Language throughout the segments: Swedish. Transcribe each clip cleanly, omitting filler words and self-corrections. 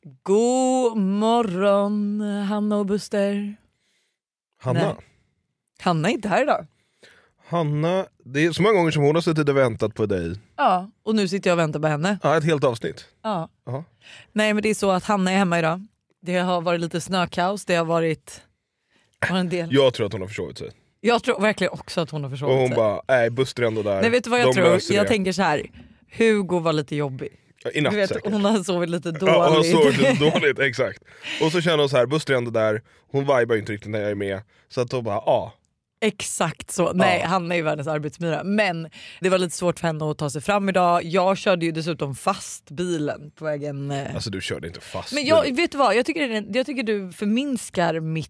God morgon, Hanna och Buster. Hanna? Nej. Hanna är inte här idag. Hanna, det är så många gånger som hon har suttit och väntat på dig. Ja, och nu sitter jag och väntar på henne. Ja, ett helt avsnitt. Ja. Aha. Nej, men det är så att Hanna är hemma idag. Det har varit lite snökaos, det har varit en del. Jag tror att hon har försovit sig. Jag tror verkligen också att hon har försovit Och hon sig. bara, nej Buster är ändå där. Nej, vet du vad jag De tror? löser Jag det. tänker så här. Hugo var lite jobbig. I natt Du vet, säkert. hon har sovit lite dåligt. Ja, hon har sovit lite dåligt, exakt. Och så känner hon så här, Buster är ändå där. Hon vibar ju inte riktigt när jag är med. Så att hon bara, Exakt så. Nej, han är ju världens arbetsmyra. Men det var lite svårt för henne att ta sig fram idag. Jag körde ju dessutom fast bilen på vägen. Alltså du körde inte fast. Men jag, vet du vad? Jag tycker du förminskar mitt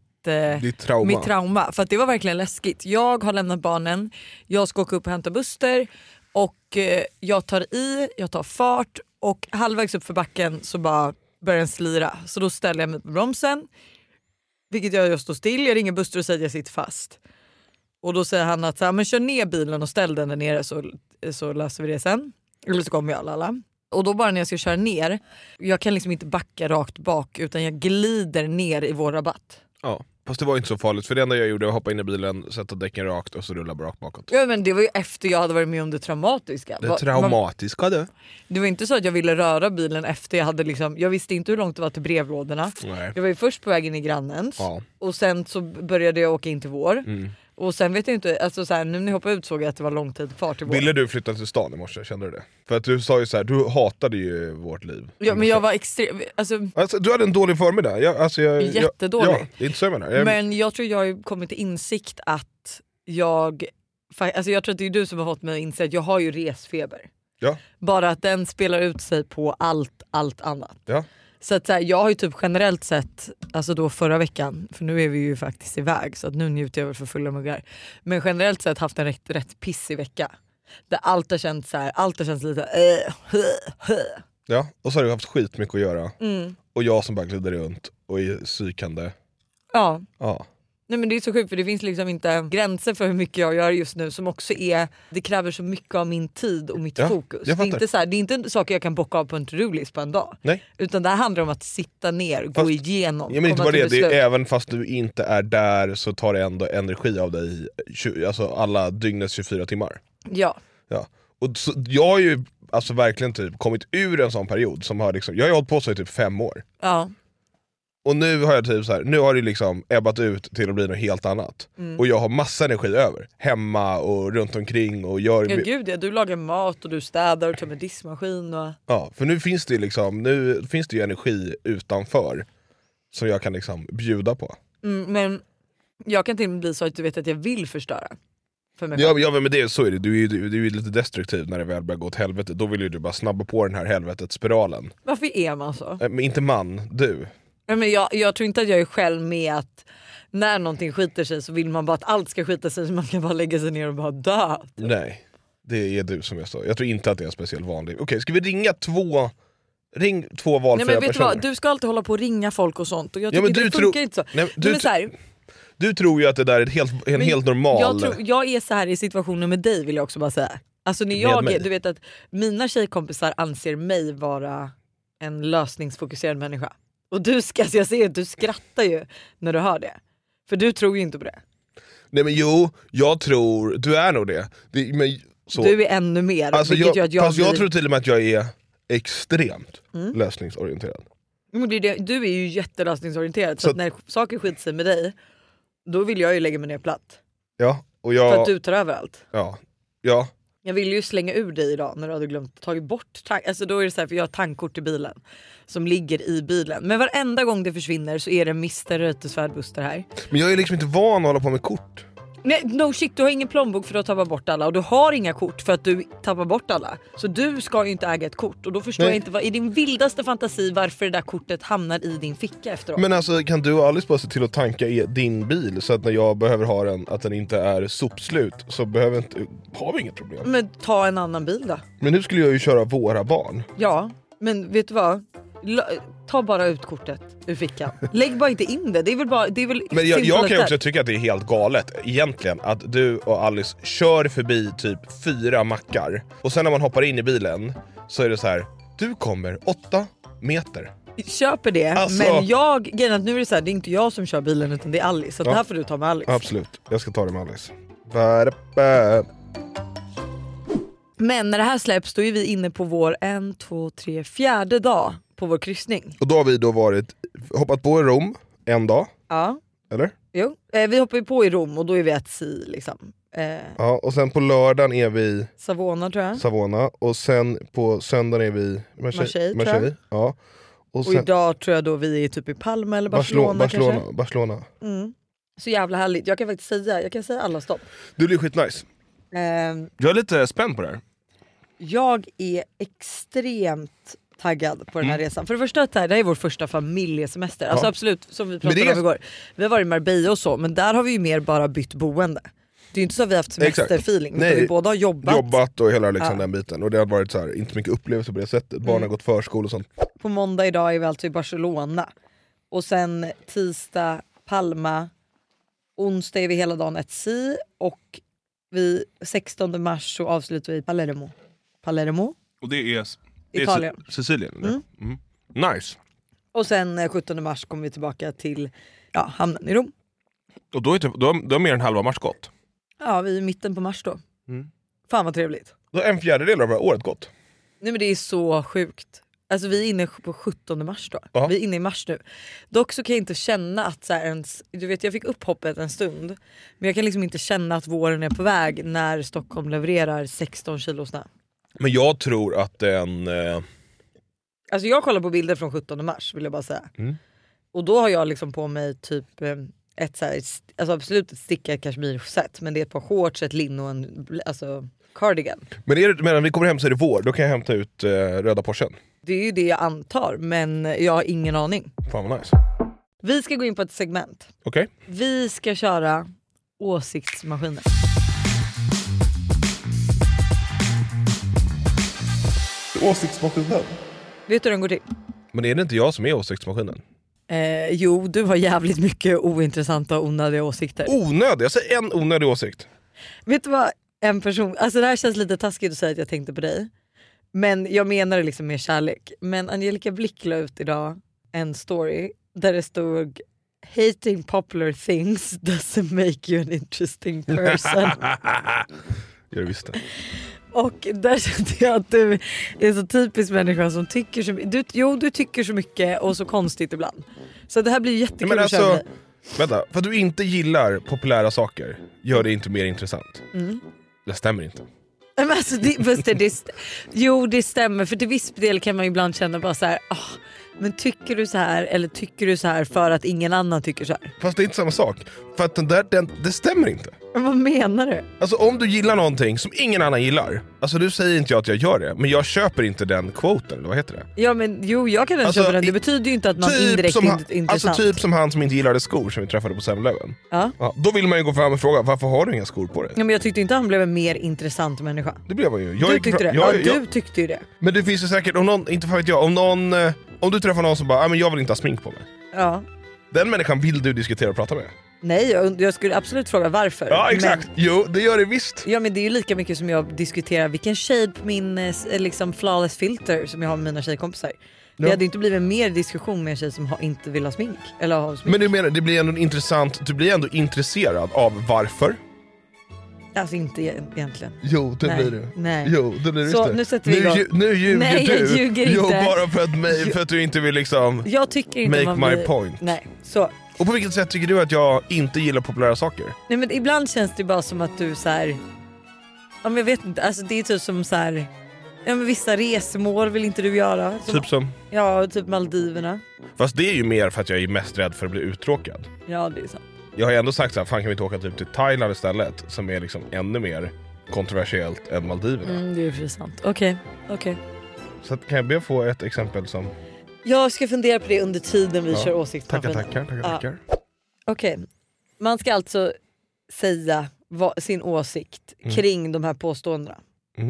trauma. För att det var verkligen läskigt. Jag har lämnat barnen. Jag ska åka upp och hämta Buster. Och jag tar fart. Och halvvägs upp för backen så bara börjar den slira. Så då ställer jag mig på bromsen. Vilket jag står still. Jag ringer Buster och säger att jag sitter fast. Och då säger han att men kör ner bilen och ställ den där nere så löser vi det sen. Eller så kommer jag alla. Och då bara när jag ska köra ner, jag kan liksom inte backa rakt bak utan jag glider ner i vår rabatt. Ja, fast det var inte så farligt. För det enda jag gjorde var att hoppa in i bilen, sätta däcken rakt och så rulla rakt bakåt. Ja, men det var ju efter jag hade varit med om det traumatiska. Det traumatiska du? Det var inte så att jag ville röra bilen efter jag hade liksom, jag visste inte hur långt det var till brevlådorna. Nej. Jag var ju först på vägen i grannens. Ja. Och sen så började jag åka in till vår. Och sen vet jag inte, alltså så här, nu när jag hoppade ut såg jag att det var lång tid kvar till vår. Ville du flytta till stan i morse, kände du det? För att du sa ju så här, du hatade ju vårt liv. Ja, men jag var extremt, alltså, du hade en dålig förmiddag. Jättedålig. Ja, det är inte så jag menar. Men jag tror jag har kommit till insikt att jag tror att det är du som har fått mig att inse att jag har ju resfeber. Ja. Bara att den spelar ut sig på allt annat. Ja. Så att så här, jag har ju typ generellt sett, alltså då förra veckan, för nu är vi ju faktiskt iväg så att nu njuter jag väl för fulla muggar. Men generellt sett haft en rätt pissig vecka. Där allt har känts så här, allt har känts lite Ja, och så har du haft skit mycket att göra. Och jag som bara glider runt och är psykande. Ja. Ja. Nej, men det är så sjukt för det finns liksom inte gränser för hur mycket jag gör just nu som också är, det kräver så mycket av min tid och mitt fokus. Det är inte så här, det är inte saker jag kan bocka av på en to-do-list på en dag. Nej. Utan det här handlar om att sitta ner, gå igenom. Ja, men inte bara det är, även fast du inte är där så tar det ändå energi av dig alltså alla dygnets 24 timmar. Ja. Och så, jag har ju alltså verkligen typ kommit ur en sån period som har liksom, jag har ju hållit på så i typ 5 år. Ja. Och nu har jag typ så här, nu har det liksom ebbat ut till att bli något helt annat. Och jag har massa energi över. Hemma och runt omkring och gör... Ja gud ja, du lagar mat och du städar och tar med diskmaskin och... Ja, för nu finns det liksom, nu finns det ju energi utanför som jag kan liksom bjuda på. Men jag kan till och med bli så att du vet att jag vill förstöra för mig själv. Ja men det, så är det, du är ju lite destruktiv när det väl börjar gå åt helvete. Då vill ju du bara snabba på den här helvetets-spiralen. Varför är man så? Men inte man, du. Men jag tror inte att jag är själv med att när någonting skiter sig så vill man bara att allt ska skita sig så man kan bara lägga sig ner och bara dö. Nej, det är du som jag sa. Jag tror inte att det är en speciellt vanlig. Okej, ska vi ringa två valfria nej, men vet personer? Du vad? Du ska alltid hålla på och ringa folk och sånt och jag tycker men det funkar inte så. Nej, men så här, du tror ju att det där är en helt normal... Jag är så här i situationen med dig vill jag också bara säga. Alltså när du vet att mina tjejkompisar anser mig vara en lösningsfokuserad människa. Och jag ser att du skrattar ju när du hör det. För du tror ju inte på det. Nej men jo, jag tror, du är nog det. Men, så. Du är ännu mer. Alltså jag tror till och med att jag är extremt lösningsorienterad. Men du är ju jättelösningsorienterad. Så att när saker skiter sig med dig, då vill jag ju lägga mig ner platt. Ja, och för att du tar över allt. Ja. Jag ville ju slänga ur dig idag när du hade glömt tagit bort alltså då är det så här, för jag har tankkort i bilen som ligger i bilen. Men varenda gång det försvinner så är det Mr. Rötesvärd Buster här. Men jag är liksom inte van att hålla på med kort. Nej, no shit, du har ingen plånbok för att tappa bort alla och du har inga kort för att du tappar bort alla. Så du ska ju inte äga ett kort och då förstår jag inte vad i din vildaste fantasi varför det där kortet hamnar i din ficka efteråt. Men alltså kan du och Alice bara se till att tanka din bil så att när jag behöver ha den att den inte är sopslut så har vi inget problem. Men ta en annan bil då. Men nu skulle jag ju köra våra barn. Ja, men vet du vad? Ta bara ut kortet ur fickan. Lägg bara inte in det. Det är väl men jag kan ju också tycka att det är helt galet egentligen att du och Alice kör förbi typ 4 mackar och sen när man hoppar in i bilen så är det så här: du kommer 8 meter köper det, alltså... men nu är det så här, det är inte jag som kör bilen utan det är Alice. Så det här får du ta med Alice. Absolut, jag ska ta det med Alice. Men när det här släpps då är vi inne på vår 4:e dag på vår kryssning. Och då har vi hoppat på i Rom en dag. Ja. Eller? Jo, vi hoppar ju på i Rom och då är vi ett liksom. Ja, och sen på lördagen är vi Savona tror jag. Savona, och sen på söndagen är vi Marseille. Ja. Och idag tror jag då vi är typ i Palma eller Barcelona. Så jävla härligt. Jag kan faktiskt säga alla stopp. Det blir skitnice. Jag är lite spänd på det här. Jag är extremt taggad på den här resan. För det första, det här är vår första familjesemester. Alltså absolut, som vi pratade om igår. Vi har varit i Marbella och så, men där har vi ju mer bara bytt boende. Det är ju inte så att vi har haft semesterfeeling. Nej, vi båda har jobbat och hela liksom den biten. Och det har varit så här, inte mycket upplevelse på det sättet. Barnen har gått förskola och sånt. På måndag idag är vi alltså i Barcelona. Och sen tisdag Palma. Onsdag är vi hela dagen och vi 16 mars så avslutar vi Palermo. Och det är Italien. Sicilien. Nice. Och sen 17 mars kommer vi tillbaka till hamnen i Rom. Och då är mer än halva mars gått. Ja, vi är i mitten på mars då. Fan vad trevligt. Då är 1/4 av det här året gått. Nej men det är så sjukt. Alltså vi är inne på 17 mars då. Vi är inne i mars nu. Dock så kan jag inte känna att så här du vet, jag fick upp hoppet en stund. Men jag kan liksom inte känna att våren är på väg när Stockholm levererar 16 kilo snö. Men jag tror att den... Alltså jag kollar på bilder från 17 mars vill jag bara säga. Och då har jag liksom på mig typ ett så här, alltså absolut ett stickat kashmirset, men det är ett par shorts, ett linne och en cardigan. Men vi kommer hem så är det vår, då kan jag hämta ut röda Porschen. Det är ju det jag antar, men jag har ingen aning. Fan vad nice. Vi ska gå in på ett segment. Okej. Vi ska köra åsiktsmaskinen. Åsiktsmaskinen? Vet du hur den går till? Men är det inte jag som är åsiktsmaskinen? Jo, du har jävligt mycket ointressanta och onödiga åsikter. Onödig? Jag säger en onödig åsikt. Vet du vad en person... Alltså det här känns lite taskigt att säga att jag tänkte på dig. Men jag menar det liksom med kärlek. Men Angelica Blick la ut idag en story där det stod hating popular things doesn't make you an interesting person. Jag visste. Och där kände jag att du är så typisk människa som tycker så mycket. Du tycker så mycket och så konstigt ibland. Så det här blir jättekul. Men alltså, vänta, för att du inte gillar populära saker gör det inte mer intressant. Det stämmer inte. Men alltså, det stämmer. För till viss del kan man ibland känna bara så här. Men tycker du så här eller tycker du så här för att ingen annan tycker så här? Fast det är inte samma sak. För att det stämmer inte. Men vad menar du? Alltså om du gillar någonting som ingen annan gillar. Alltså du säger inte jag att jag gör det. Men jag köper inte den quoten, eller vad heter det? Ja men jag kan köpa den. Det betyder ju inte att man typ indirekt är intressant. Alltså typ som han som inte gillade skor som vi träffade på 7-Eleven. Ja, då vill man ju gå fram och fråga, varför har du inga skor på dig? Ja, men jag tyckte inte han blev en mer intressant människa. Det blev han ju. Du tyckte det? Du tyckte ju det. Men det finns ju säkert, om du träffar någon som bara, men jag vill inte ha smink på mig. Ja. Den människan vill du diskutera och prata med. Nej, jag skulle absolut fråga varför. Ja, exakt. Jo, det gör det visst. Ja, men det är ju lika mycket som jag diskuterar vilken shade på min liksom flawless filter som jag har med mina tjejkompisar. Det hade inte blivit mer diskussion med en tjej som inte vill ha smink. Eller ha smink. Men du menar, det blir ändå intressant. Du blir ändå intresserad av varför? Alltså inte egentligen. Jo, det blir du. Nej. Jo, det blir så, nu sätter vi igång. Nu ljuger Nej, du. Jag ljuger jo, inte. bara för att du inte vill liksom jag tycker inte make my point. Nej, så. Och på vilket sätt tycker du att jag inte gillar populära saker? Nej, men ibland känns det bara som att du så här. Ja, men jag vet inte, alltså det är typ som så här. Ja, men vissa resmål vill inte du göra. Typ som? Ja, typ Maldiverna. Fast det är ju mer för att jag är mest rädd för att bli uttråkad. Ja, det är sant. Jag har ju ändå sagt så här, fan kan vi inte åka typ till Thailand istället, som är liksom ännu mer kontroversiellt än Maldiverna. Det är ju sant. Okej. Så kan jag be få ett exempel som... Jag ska fundera på det under tiden vi kör åsiktsmaskinen. Tackar. Okej. Man ska alltså säga sin åsikt kring de här påståendena.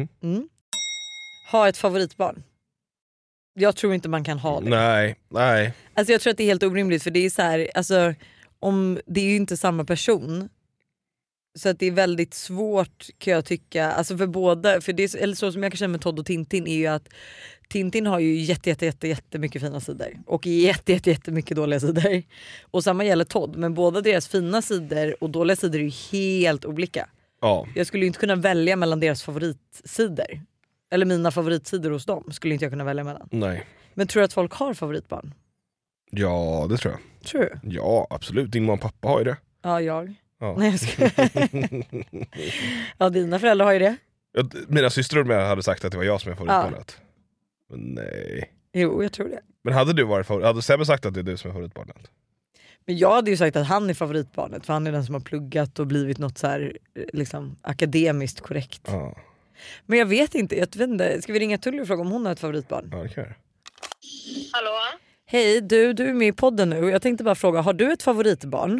Ha ett favoritbarn. Jag tror inte man kan ha det. Nej. Alltså jag tror att det är helt orimligt, för det är så här, alltså om det är ju inte samma person Så att det är väldigt svårt kan jag tycka, alltså för båda, för det, eller så som jag kan känna med Todd och Tintin är ju att Tintin har ju jättemycket fina sidor och jättemycket dåliga sidor. Och samma gäller Todd, men båda deras fina sidor och dåliga sidor är ju helt olika. Ja. Jag skulle ju inte kunna välja mellan deras favoritsidor. Eller mina favoritsidor hos dem skulle inte jag kunna välja mellan. Nej. Men tror du att folk har favoritbarn? Ja, det tror jag. Tror du? Ja, absolut. Din mamma och pappa har ju det. Ja, jag. Ja. Nej, jag ska... Ja, dina föräldrar har ju det. Mina systrar med hade sagt att det var jag som är favoritbarnet. Men nej. Jo, jag tror det. Men hade Sebbe sagt att det är du som är favoritbarnet? Men jag hade ju sagt att han är favoritbarnet, för han är den som har pluggat och blivit något så här, liksom, akademiskt korrekt. Ja. Men jag vet inte, ska vi ringa Tully och fråga om hon har ett favoritbarn? Ja, det kan jag. Hallå? Hej, du är med i podden nu och jag tänkte bara fråga, har du ett favoritbarn?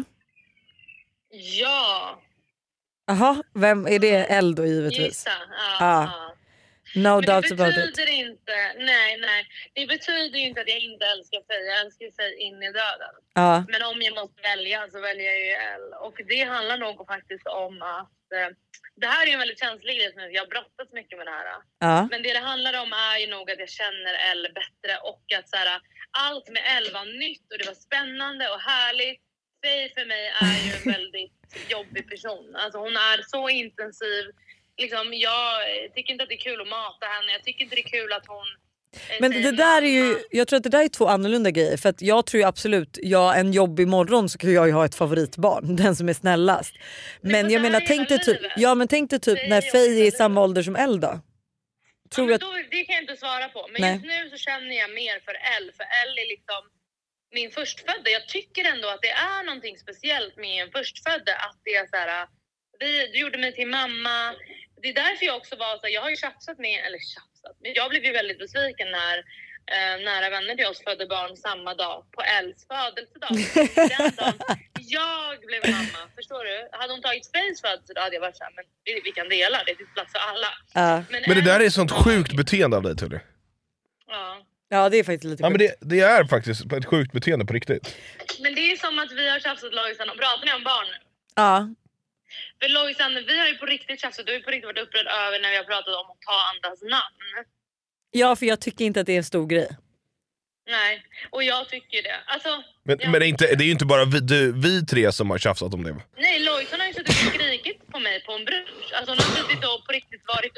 Ja. Jaha, vem är det? Eld då givetvis? Gissa, ja. No men doubt about it. Det betyder inte, nej. Det betyder ju inte att jag inte älskar Faye. Jag älskar Faye in i döden. Ja. Men om jag måste välja så väljer jag ju Elle. Och det handlar nog faktiskt om att det här är en väldigt känslig grej för mig. Jag har brottats mycket med det här. Ja. Men det handlar om är ju nog att jag känner Elle bättre och att så här, allt med Elle var nytt och det var spännande och härligt. Faye för mig är ju en väldigt jobbig person. Alltså hon är så intensiv. Liksom, jag tycker inte att det är kul att mata henne. Jag tycker inte det är kul att hon... Men det där är ju, jag tror att det där är två annorlunda grejer. För att jag tror ju absolut, en jobbig morgon så kan jag ju ha ett favoritbarn. Den som är snällast. Men jag menar, tänk dig typ när Faye är i samma ålder som Elle då. Tror ja, det kan jag inte svara på. Men just nu så känner jag mer för Elle. För Elle är liksom min förstfödda. Jag tycker ändå att det är någonting speciellt med en förstfödda. Att det är så här, du gjorde mig till mamma. Det är därför jag också var så här, jag har ju tjafsat med, men jag blev ju väldigt besviken när nära vänner till oss födde barn samma dag på Els födelsedag. Den dagen jag blev mamma, förstår du? Hade hon tagit Fays födelsedag hade jag varit så här, men vi kan dela, det finns plats för alla. Men det där är sånt sjukt beteende av dig, Tully. Ja, det är faktiskt lite sjukt. Ja, men det är faktiskt ett sjukt beteende på riktigt. Men det är som att vi har tjafsat Lojsan och pratar ni om barn nu? Ja. För Lojsan, vi har ju på riktigt tjafsat, du har ju på riktigt varit upprörd över när vi har pratat om att ta andras namn. Ja, för jag tycker inte att det är en stor grej. Nej, och jag tycker det. Alltså, men det är ju inte bara vi tre som har tjafsat om det. Nej, Lojsan har ju suttit och skrikit på mig på en brunch. Alltså hon har suttit och på riktigt varit...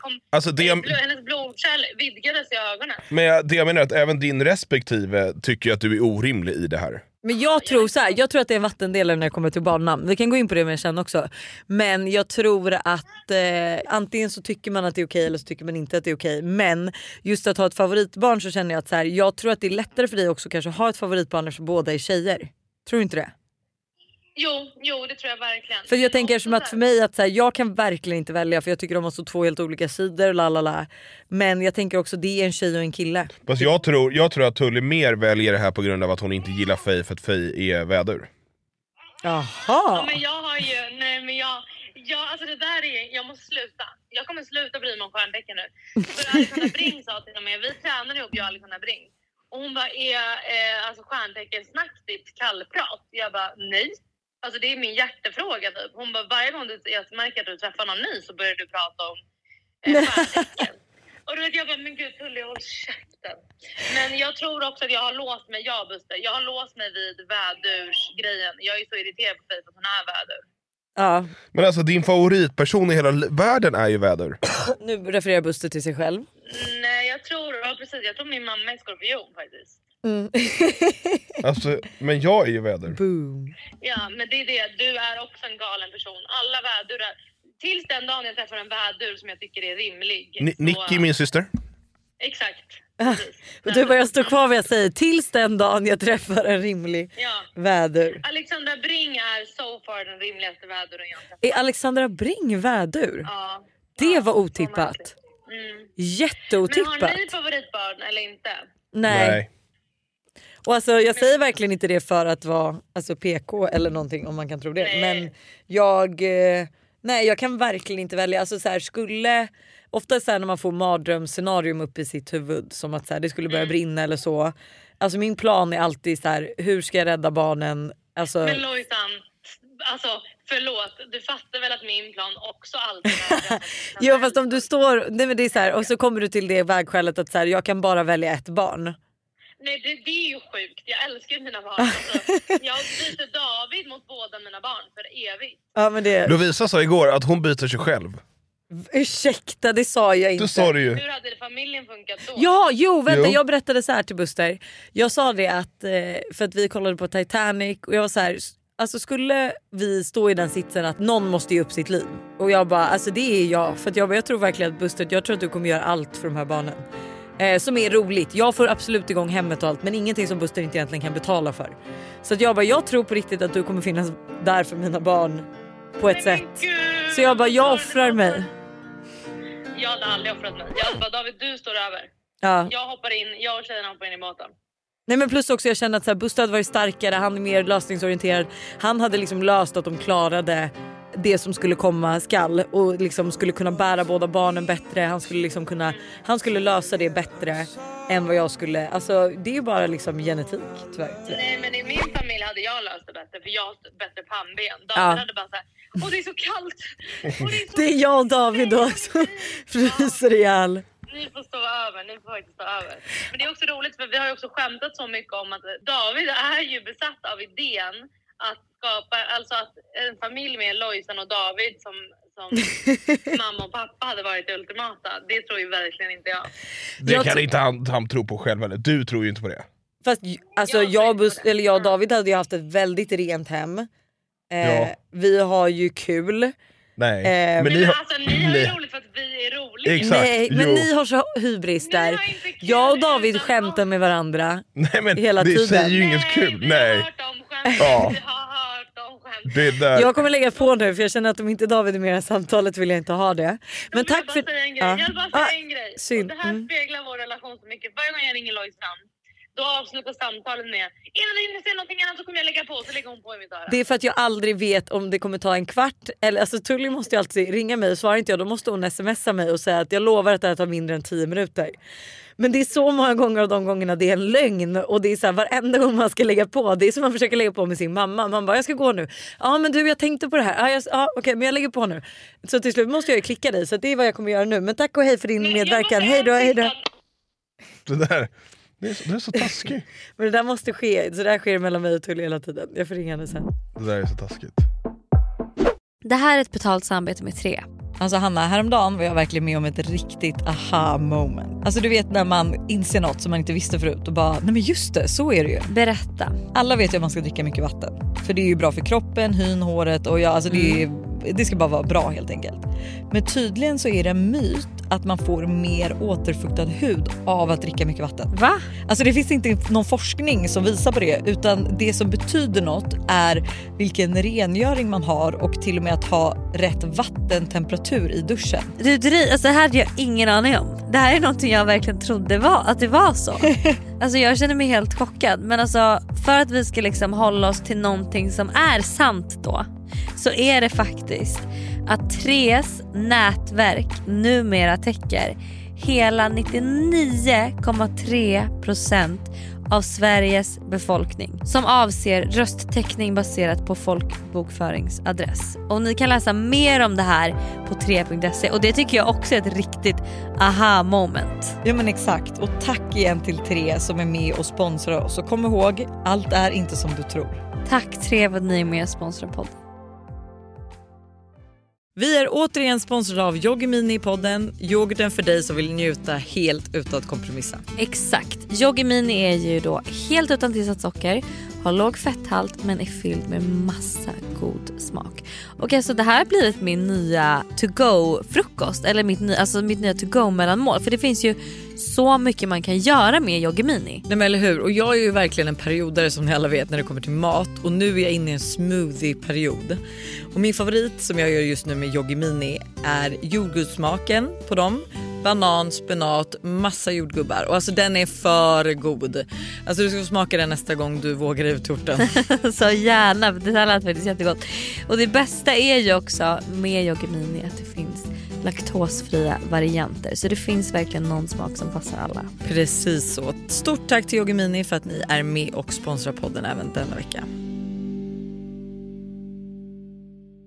Hennes blodkärl vidgades i ögonen. Men det jag menar är att även din respektive tycker att du är orimlig i det här. Men jag tror att det är en vattendelare när det kommer till barnnamn. Vi kan gå in på det med sen också. Men jag tror att antingen så tycker man att det är okej eller så tycker man inte att det är okej. Men just att ha ett favoritbarn så känner jag att så här, jag tror att det är lättare för dig också kanske att ha ett favoritbarn eftersom båda är tjejer. Tror du inte det? Jo, det tror jag verkligen. För jag tänker som att för mig att så här, jag kan verkligen inte välja för jag tycker de har så två helt olika sidor lalala. Men jag tänker också det är en tjej och en kille. Fast jag tror att Tully mer väljer det här på grund av att hon inte gillar Faye för att Faye är vädur. Jaha. Ja, men jag har ju alltså det där är, jag måste sluta. Jag kommer sluta bry mig om stjärntecken nu. För Alexandra Bring sa till mig, vi tränade ihop jag och Alexandra Bring. Och hon bara, alltså stjärntecken snack ditt kallprat? Jag bara, nej. Alltså det är min hjärtefråga typ. Hon bara, varje gång jag märker att du träffar någon ny så börjar du prata om stjärntecken. Och du vet jag bara, men gud Tully, håll käften. Men jag tror också att jag har låst mig, Buster. Jag har låst mig vid vädursgrejen. Jag är så irriterad på Facebook att hon är vädur. Ja. Men alltså din favoritperson i hela världen är ju vädur. Nu refererar Buster till sig själv. Nej, jag tror min mamma är skorpion faktiskt. Alltså, men jag är ju väder. Boom. Ja, men det är det. Du är också en galen person. Alla vädurar. Tills den dagen jag träffar en vädur som jag tycker är rimlig. Nicky, min syster. Exakt. Du börjar stå kvar vad jag säger. Tills den dagen jag träffar en rimlig vädur. Alexandra Bring är so far den rimligaste väduren jag träffar. Är Alexandra Bring vädur? Ja. Det var otippat. Jätteotippat. Men har ni favoritbarn eller inte? Nej. Och alltså, jag säger verkligen inte det för att vara alltså, PK eller någonting om man kan tro det. Nej. Men jag kan verkligen inte välja. Alltså, så här, ofta så här, när man får mardrömsscenarium upp i sitt huvud som att så här, det skulle börja brinna eller så. Alltså min plan är alltid så här, hur ska jag rädda barnen? Alltså... Men Lojsan, alltså Förlåt, du fattar väl att min plan också alltid är Jo, fast om du står, nej men det är så här, och så kommer du till det vägskälet att så här, jag kan bara välja ett barn. Nej, det är ju sjukt. Jag älskar mina barn. Alltså, jag byter David mot båda mina barn för evigt. Ja, men det... Lovisa sa igår att hon byter sig själv. Ursäkta, det sa jag inte. Du sa det ju. Hur hade familjen funkat då? Ja, vänta, jag berättade så här till Buster. Jag sa det att, för att vi kollade på Titanic och jag var så här, alltså skulle vi stå i den sitsen att någon måste ge upp sitt liv. Och jag bara, alltså det är jag. För att jag tror verkligen att Buster, jag tror att du kommer göra allt för de här barnen. Som är roligt. Jag får absolut igång hemmet och allt, men ingenting som Buster inte egentligen kan betala för. Så att jag tror på riktigt att du kommer finnas där för mina barn på ett sätt. Gud, så jag offrar mig. Jag hade aldrig offrat mig. Jag bara, David, du står över. Ja. Jag och tjejerna hoppar in i båten. Nej, men plus också jag kände att så här, Buster hade varit starkare, han är mer lösningsorienterad. Han hade liksom löst att de klarade det som skulle komma skall och liksom skulle kunna bära båda barnen bättre. Han skulle lösa det bättre än vad jag skulle. Alltså det är ju bara liksom genetik tyvärr. Nej, men i min familj hade jag löst det bättre för jag har bättre pannben. David hade bara såhär, åh det är så kallt. Det är jag och David då som fryser ihjäl. Ni får stå över, ni får faktiskt stå över. Men det är också roligt för vi har ju också skämtat så mycket om att David är ju besatt av idén att skapa, alltså att en familj med Lojsan och David som mamma och pappa hade varit ultimata. Det tror ju verkligen inte jag. Det kan inte han tro på själv eller. Du tror ju inte på det. Fast alltså jag och David hade ju haft ett väldigt rent hem. Vi har ju kul. Nej. Men ni har ju roligt för att vi är roliga. Exakt. Nej, men ni har så hybris där. Jag och David skämtar med varandra. Nej, men hela det tiden. Säger ju inget kul. Nej. Vi har hört om skämt. Det där. Jag kommer lägga på nu för jag känner att om inte David är med i samtalet vill jag inte ha det. Men tack för... Jag vill bara säga en grej. Synd. Det här speglar vår relation så mycket. Varje gång jag ringer Lojsan, då avslutar samtalet med innan ni säger någonting annat så kommer jag lägga på, så lägger hon på i mitt öra. Det är för att jag aldrig vet om det kommer ta en kvart eller alltså Tully måste ju alltid ringa mig och svarar inte jag då måste hon smsa mig och säga att jag lovar att det här tar mindre än 10 minuter. Men det är så många gånger av de gångerna det är en lögn och det är så här varenda gång man ska lägga på. Det är som man försöker lägga på med sin mamma. Man bara jag ska gå nu. Ja men du jag tänkte på det här. Okej, men jag lägger på nu. Så till slut måste jag ju klicka dig så det är vad jag kommer göra nu. Men tack och hej för din medverkan. Hej då. Det där. Det är så taskigt. Men det där måste ske. Så det här sker mellan mig och Tully hela tiden. Jag får ringa henne sen. Det där är så taskigt. Det här är ett betalt samarbete med 3. Alltså Hanna, häromdagen var jag verkligen med om ett riktigt aha moment. Alltså du vet när man inser något som man inte visste förut och bara, nej men just det, så är det ju. Berätta. Alla vet ju att man ska dricka mycket vatten. För det är ju bra för kroppen, hyn, håret och det ska bara vara bra helt enkelt. Men tydligen så är det en myt att man får mer återfuktad hud av att dricka mycket vatten. Va? Alltså det finns inte någon forskning som visar på det, utan det som betyder något är vilken rengöring man har och till och med att ha rätt vattentemperatur i duschen. Alltså det här hade jag ingen aning om. Det här är någonting jag verkligen trodde att det var så. Alltså jag känner mig helt chockad. Men alltså för att vi ska liksom hålla oss till någonting som är sant då, så är det faktiskt att 3s nätverk numera täcker hela 99,3% av Sveriges befolkning som avser rösttäckning baserat på folkbokföringsadress. Och ni kan läsa mer om det här på 3.se och det tycker jag också är ett riktigt aha moment. Ja men exakt, och tack igen till 3 som är med och sponsrar oss. Och kom ihåg, allt är inte som du tror. Tack 3 för att ni är med och sponsrar podden. Vi är återigen sponsrade av Yogimini i podden. Yoghurten för dig som vill njuta helt utan att kompromissa. Exakt. Yogimini är ju då helt utan tillsatt socker, har låg fetthalt men är fylld med massa god smak. Och alltså det här har blivit min nya to-go-frukost. Eller mitt nya to-go-mellanmål. För det finns ju så mycket man kan göra med Yogimini. Nej men eller hur? Och jag är ju verkligen en periodare som ni alla vet när det kommer till mat. Och nu är jag inne i en smoothie-period. Och min favorit som jag gör just nu med Yogimini är jordgubbssmaken på dem. Banan, spenat, massa jordgubbar. Och alltså den är för god. Alltså du ska få smaka den nästa gång du vågar ut torten. Så gärna, det här lät faktiskt jättegott. Och det bästa är ju också med Yogimini att det finns laktosfria varianter. Så det finns verkligen någon smak som passar alla. Precis så. Stort tack till Yogimini för att ni är med och sponsrar podden även denna vecka.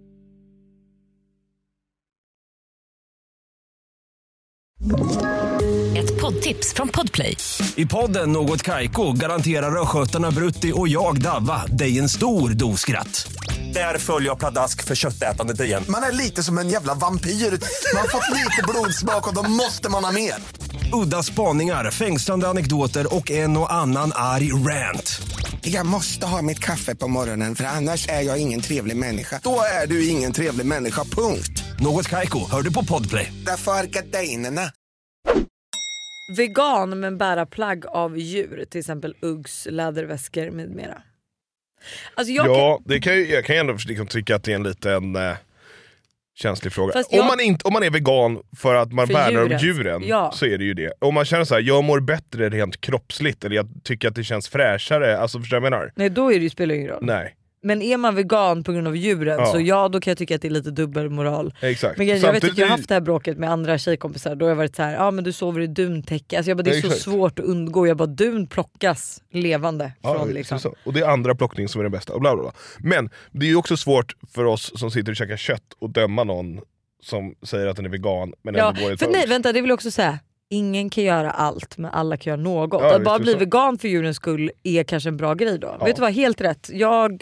Ett poddtips från Podplay. I podden Något Kaiko garanterar röskötarna Brutti och jag Davva dig en stor doskratt. Där följer jag pladask för köttätandet igen. Man är lite som en jävla vampyr. Man har fått lite blodsmak och då måste man ha mer. Udda spaningar, fängslande anekdoter och en och annan arg rant. Jag måste ha mitt kaffe på morgonen, för annars är jag ingen trevlig människa. Då är du ingen trevlig människa, punkt. Något Kaiko, hör du på Podplay. Därför är gardinerna. Vegan men bära plagg av djur, till exempel Uggs, läderväskor med mera. Alltså jag kan ändå liksom tycka att det är en liten känslig fråga. Om man är vegan för att man värnar om djuren, så är det ju det. Om man känner så här, jag mår bättre rent kroppsligt, eller jag tycker att det känns fräschare, alltså förstår jag menar? Nej, då är det ju, spelar ingen roll. Nej. Men är man vegan på grund av djuren, så då kan jag tycka att det är lite dubbelmoral. Exakt. Men jag vet att jag har haft det här bråket med andra tjejkompisar. Då har jag varit så här, men du sover i duntäcke. Alltså det är så svårt att undgå. Jag bara, dun plockas levande från liksom. Så. Och det är andra plockning som är den bästa. Och bla bla bla. Men det är ju också svårt för oss som sitter och käkar kött och döma någon som säger att den är vegan men ändå går för nej, vänta, det vill jag också säga. Ingen kan göra allt, men alla kan göra något. Ja, att bara bli vegan för djurens skull är kanske en bra grej då. Vet du vad, helt rätt. Jag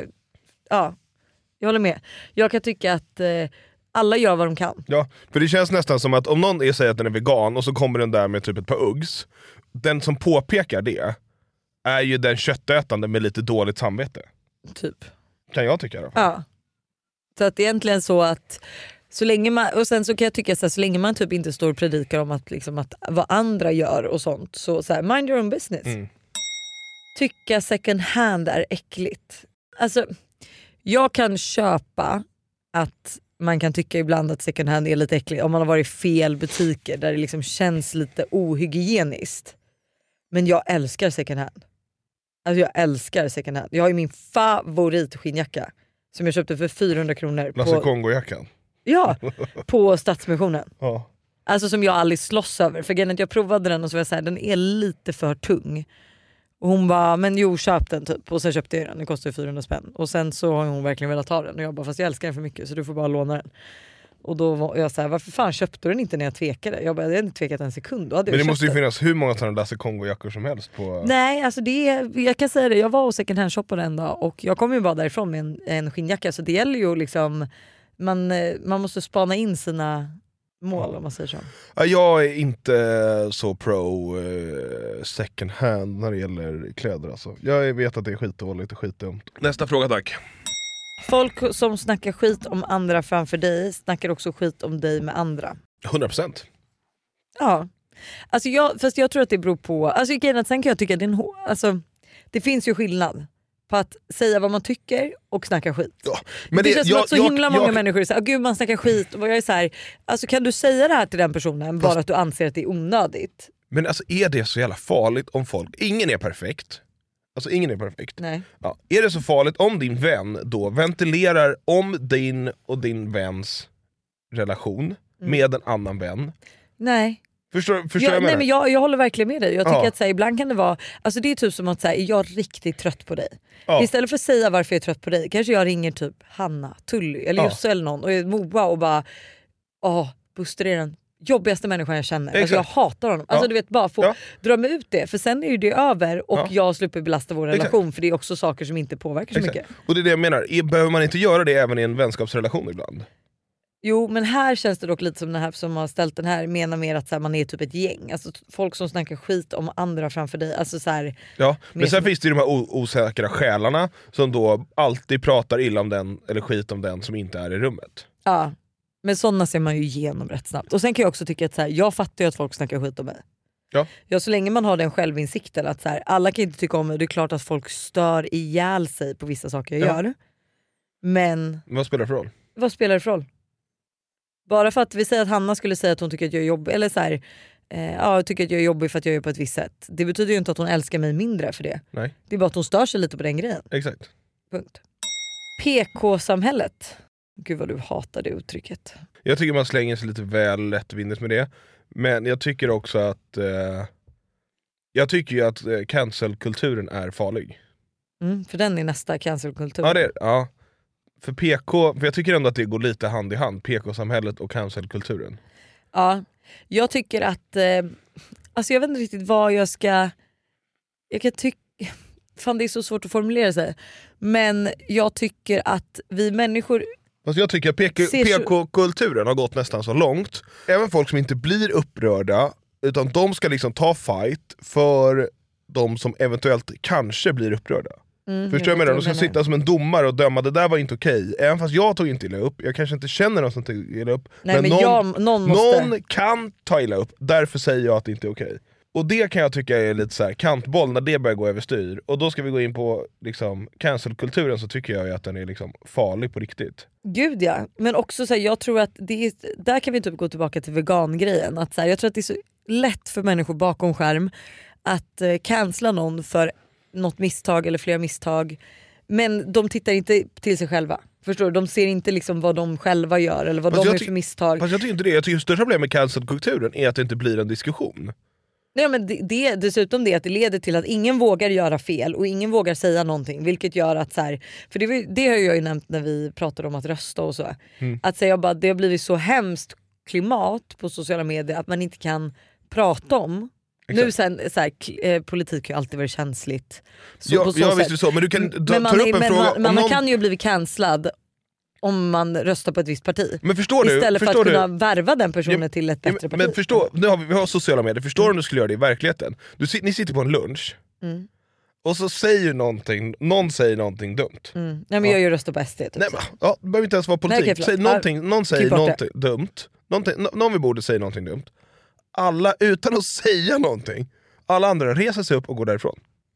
håller med. Jag kan tycka att alla gör vad de kan. Ja, för det känns nästan som att om någon säger att den är vegan och så kommer den där med typ ett par Uggs, den som påpekar det är ju den köttätande med lite dåligt samvete. Typ. Kan jag tycka då? Ja. Så att egentligen så att så länge man, och sen så kan jag tycka så länge man typ inte står och predikar om att, liksom, att vad andra gör och sånt, så här, mind your own business. Tycka second hand är äckligt. Alltså, jag kan köpa att man kan tycka ibland att second hand är lite äckligt om man har varit i fel butiker där det liksom känns lite ohygieniskt. Men jag älskar second hand. Alltså jag älskar second hand. Jag har ju min favorit skinnjacka som jag köpte för 400 kronor. Lasse Kongo-jackan? Ja, på Stadsmissionen. Ja. Alltså som jag aldrig slåss över. För jag provade den och så var jag så här, den är lite för tung. Och hon bara, men jo, köp den typ. Och sen köpte jag den, den kostade 400 spänn. Och sen så har hon verkligen velat ha den. Och jag bara, fast jag älskar den för mycket så du får bara låna den. Och då var jag så här, varför fan köpte du den inte när jag tvekade? Jag bara, jag hade inte tvekat en sekund. Då hade men det måste ju finnas hur många sådana Lasse Kongo-jackor som helst på... Nej, alltså jag kan säga det, jag var hos second hand shoppade en dag. Och jag kom ju bara därifrån med en skinnjacka. Så det gäller ju liksom, man måste spana in sina mål om man säger så. Jag är inte så pro second hand när det gäller kläder alltså. Jag vet att det är skitdåligt och skitdumt. Nästa fråga tack. Folk som snackar skit om andra framför dig snackar också skit om dig med andra. 100%. Ja. Alltså fast jag tror att det beror på, alltså sen kan jag tycka att det finns ju skillnad på att säga vad man tycker och snacka skit. Ja, men det känns som att så himla många människor säger, gud man snackar skit, och jag är så här, alltså kan du säga det här till den personen bara att du anser att det är onödigt? Men alltså är det så jävla farligt om folk, ingen är perfekt. Alltså ingen är perfekt. Nej. Ja. Är det så farligt om din vän då ventilerar om din och din väns relation med en annan vän? Nej. Förstår jag nej, men jag håller verkligen med dig. Jag tycker att så här, ibland kan det vara, alltså det är typ som att säga, är jag riktigt trött på dig? Ja. Istället för att säga varför jag är trött på dig, kanske jag ringer typ Hanna, Tully eller Josse eller någon och Moa och bara, Buster är den jobbigaste människan jag känner. Alltså jag hatar honom. Alltså du vet, bara få dra mig ut det, för sen är ju det över och jag slipper belasta vår relation, för det är också saker som inte påverkar så mycket. Och det är det jag menar, behöver man inte göra det även i en vänskapsrelation ibland? Jo, men här känns det dock lite som den här som har ställt den här menar mer att så här, man är typ ett gäng. Alltså folk som snackar skit om andra framför dig. Alltså, så här, ja, men sen finns det ju de här osäkra själarna som då alltid pratar illa om den eller skit om den som inte är i rummet. Ja, men sådana ser man ju igenom rätt snabbt. Och sen kan jag också tycka att så här, jag fattar ju att folk snackar skit om mig. Ja, så länge man har den självinsikten att så här, alla kan inte tycka om mig. Det är klart att folk stör ihjäl sig på vissa saker jag gör. Men vad spelar det för roll? Vad spelar det för roll? Bara för att vi säger att Hanna skulle säga att hon tycker att jag är jobbig, eller så här, jag tycker att jag är jobbig för att jag är på ett visst sätt. Det betyder ju inte att hon älskar mig mindre för det. Nej. Det är bara att hon stör sig lite på den grejen. Exakt. Punkt. PK-samhället. Gud vad du hatar det uttrycket. Jag tycker man slänger sig lite väl lättvindigt med det. Men jag tycker också att jag tycker ju att cancel-kulturen är farlig. För den är nästa cancel-kultur. Ja, det är, ja. För jag tycker ändå att det går lite hand i hand, PK-samhället och cancel-kulturen. Ja, Jag tycker att alltså jag vet inte riktigt vad jag kan tycka, fan det är så svårt att formulera sig, men jag tycker att vi människor, alltså jag tycker att PK-kulturen har gått nästan så långt. Även folk som inte blir upprörda, utan de ska liksom ta fight för de som eventuellt kanske blir upprörda. Förstår jag med det? De ska sitta som en domare och döma, det där var inte okej. Även fast jag tog inte illa upp, jag kanske inte känner någon som tog illa upp. Nej, men någon kan ta illa upp, därför säger jag att det inte är okej. Och det kan jag tycka är lite så här kantboll när det börjar gå överstyr. Och då ska vi gå in på liksom cancelkulturen, så tycker jag ju att den är liksom farlig på riktigt. Gud ja, men också så här, jag tror att där kan vi typ gå tillbaka till vegangrejen. Att så här, jag tror att det är så lätt för människor bakom skärm att cancella någon för något misstag eller flera misstag, men de tittar inte till sig själva. Förstår du? De ser inte liksom vad de själva gör eller vad de gör för misstag. Fast jag tycker inte det. Jag tycker det största problemet med cancelkulturen är att det inte blir en diskussion. Nej, men dessutom det att det leder till att ingen vågar göra fel och ingen vågar säga någonting, vilket gör att så här, för det har jag ju nämnt när vi pratade om att rösta och så, att säga bara det har blivit så hemskt klimat på sociala medier att man inte kan prata om. Exakt. Nu sen så här, politik har ju alltid varit känsligt. Så, ja visst är det så, men du kan ta upp en fråga. Man kan ju bli cancellad om man röstar på ett visst parti. Men förstår du, istället för att kunna värva den personen till ett bättre parti. Men förstå, nu har vi har sociala medier. Förstår om du skulle göra det i verkligheten. Ni sitter på en lunch och så säger någon säger någonting dumt. Nej men jag gör rösta på SD typ. Nej, det behöver inte ens vara politik. Någon säger någonting dumt. Någon vid bordet säger någonting dumt. Alla utan att säga någonting, alla andra reser sig upp och går därifrån.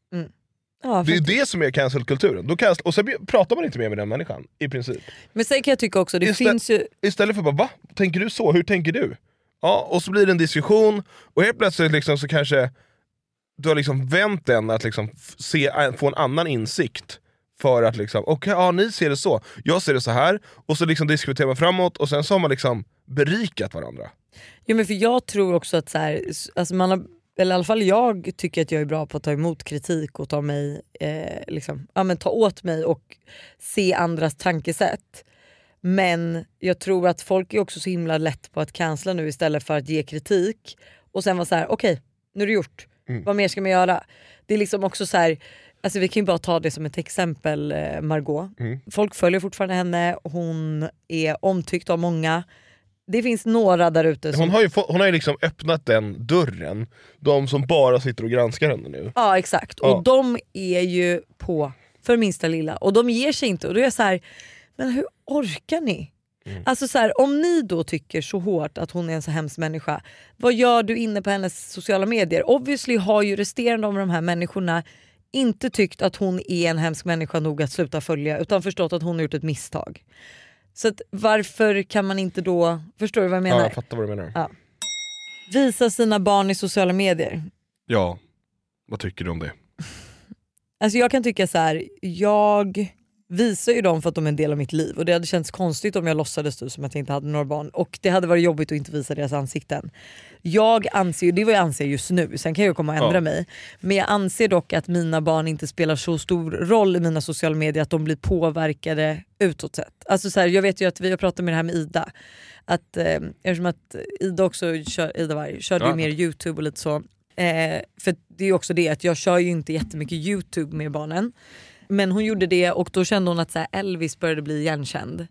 Ja, det är det som är cancelkulturen. Och sen pratar man inte mer med den människan i princip. Men sen kan jag tycka också finns ju... Istället för bara, va? Tänker du så? Hur tänker du? Ja, och så blir det en diskussion. Och helt plötsligt liksom, så kanske du har liksom vänt den att liksom få en annan insikt. För att liksom, okej, ja, ni ser det så, jag ser det så här. Och så liksom diskuterar man framåt. Och sen så har man liksom berikat varandra. Ja, men för jag tror också att så här, alltså man har, eller i alla fall jag tycker att jag är bra på att ta emot kritik och ta mig liksom, ja, men ta åt mig och se andras tankesätt. Men jag tror att folk är också så himla lätt på att cancella nu istället för att ge kritik och sen vara så här: okej, nu är det gjort. Vad mer ska man göra? Det är liksom också så här, alltså vi kan ju bara ta det som ett exempel, Margot. Folk följer fortfarande henne, hon är omtyckt av många. Det finns några där ute som... Hon har ju liksom öppnat den dörren. De som bara sitter och granskar henne nu. Ja, exakt. Och de är ju på för minsta lilla. Och de ger sig inte. Och då är jag så här, men hur orkar ni? Alltså så här, om ni då tycker så hårt att hon är en så hemsk människa, vad gör du inne på hennes sociala medier? Obviously har ju resterande av de här människorna inte tyckt att hon är en hemsk människa nog att sluta följa, utan förstått att hon har gjort ett misstag. Så att varför kan man inte då... Förstår du vad jag menar? Ja, jag fattar vad du menar. Ja. Visa sina barn i sociala medier. Ja, vad tycker du om det? Alltså jag kan tycka så här, jag visar ju dem för att de är en del av mitt liv. Och det hade känts konstigt om jag låtsades som att jag inte hade några barn. Och det hade varit jobbigt att inte visa deras ansikten. Jag anser, det är vad jag anser just nu, sen kan jag komma och ändra mig. Men jag anser dock att mina barn inte spelar så stor roll i mina sociala medier att de blir påverkade utåt sett. Alltså så här, jag vet ju att vi har pratat med det här med Ida. Att, eftersom att Ida också körde ju mer YouTube och lite så. För det är ju också det att jag kör ju inte jättemycket YouTube med barnen. Men hon gjorde det och då kände hon att så här, Elvis började bli igenkänd.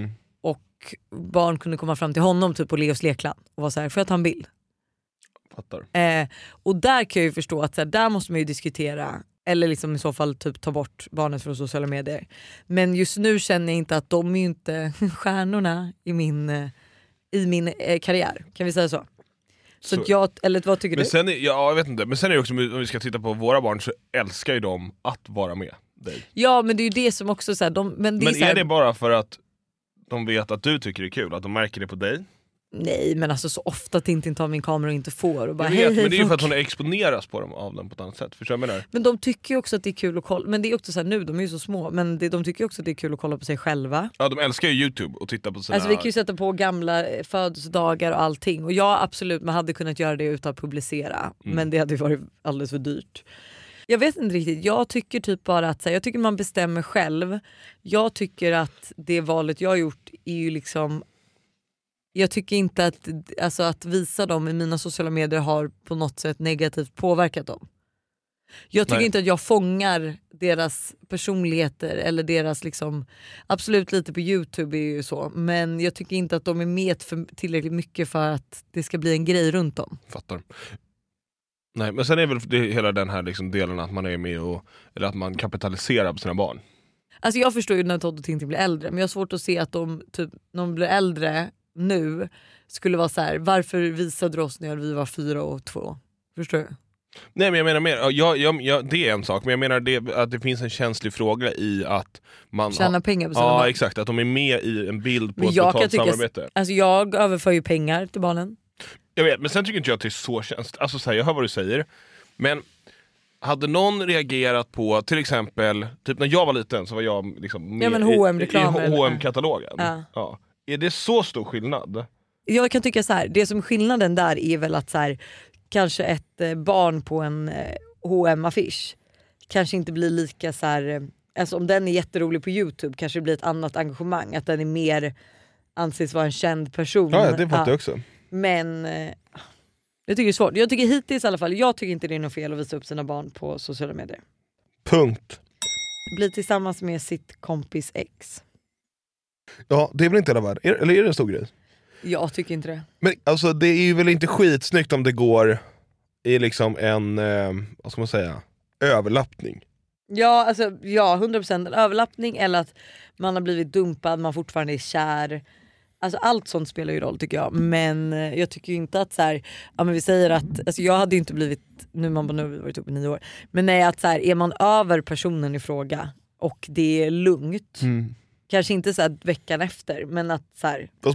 Och barn kunde komma fram till honom typ på Leos lekland och vara så här: får jag ta en bild? Fattar. Och där kan jag ju förstå att så här, där måste man ju diskutera, eller liksom i så fall typ ta bort barnet från sociala medier. Men just nu känner jag inte att de är ju inte stjärnorna i min karriär, kan vi säga så? Så jag, eller vad tycker men du? Sen jag vet inte, men sen är det också, om vi ska titta på våra barn, så älskar ju de att vara med dig. Ja, men det är ju det som också så här, men är det bara för att de vet att du tycker det är kul, att de märker det på dig? Nej, men alltså så ofta att Tintin tar min kamera och inte får och bara, jag vet, men det är ju för att hon exponeras på dem av den på ett annat sätt. Förstår jag menar? Men de tycker ju också att det är kul att kolla. Men det är också så här, nu, de är ju så små, men de tycker också att det är kul att kolla på sig själva. Ja, de älskar ju YouTube och titta på sina... Alltså vi kan ju sätta på gamla födelsedagar och allting. Och jag absolut, man hade kunnat göra det utan att publicera. Men det hade ju varit alldeles för dyrt. Jag vet inte riktigt, jag tycker typ bara att jag tycker man bestämmer själv. Jag tycker att det valet jag har gjort är ju liksom jag tycker inte att, alltså, att visa dem i mina sociala medier har på något sätt negativt påverkat dem. Jag tycker inte att jag fångar deras personligheter eller deras liksom, absolut lite på YouTube är ju så, men jag tycker inte att de är med för tillräckligt mycket för att det ska bli en grej runt dem. Fattar. Nej, men sen är väl det hela den här liksom delen att man är med och, eller att man kapitaliserar på sina barn. Alltså jag förstår ju när Todd och Tintin blir äldre, men jag har svårt att se att de typ, när de blir äldre nu skulle vara så här: varför visade du oss när vi var 4 och 2? Förstår du? Nej, men jag menar mer, det är en sak, men jag menar att det finns en känslig fråga i att man tjäna pengar på sina barn. Ja, exakt, att de är med i en bild på ett totalt samarbete. Alltså jag överför ju pengar till barnen. Jag vet, men sen tycker inte jag att det är så känsligt. Alltså så här, jag hör vad du säger, men hade någon reagerat på, till exempel, typ när jag var liten så var jag liksom med i H&M-katalogen. Ja. Är det så stor skillnad? Jag kan tycka så här, det som skillnaden där är väl att så här, kanske ett barn på en H&M-affisch kanske inte blir lika så här, alltså om den är jätterolig på YouTube kanske det blir ett annat engagemang, att den är mer anses vara en känd person. Ja, det fattar jag också. Men jag tycker det är svårt. Jag tycker hittills i alla fall, jag tycker inte det är något fel att visa upp sina barn på sociala medier. Punkt. Bli tillsammans med sitt kompis ex. Ja, det är väl inte hela världen. Eller är det en stor grej? Jag tycker inte det. Men alltså det är ju väl inte skitsnyggt om det går i liksom en, vad ska man säga, överlappning. Ja, alltså, ja, 100% en överlappning, eller att man har blivit dumpad, man fortfarande är kär. Alltså allt sånt spelar ju roll tycker jag. Men jag tycker ju inte att så här, ja men vi säger att, alltså jag hade ju inte blivit, nu har vi varit uppe i 9 år. Men nej, att så här, är man över personen i fråga och det är lugnt. Kanske inte så här veckan efter, men att så här. Fast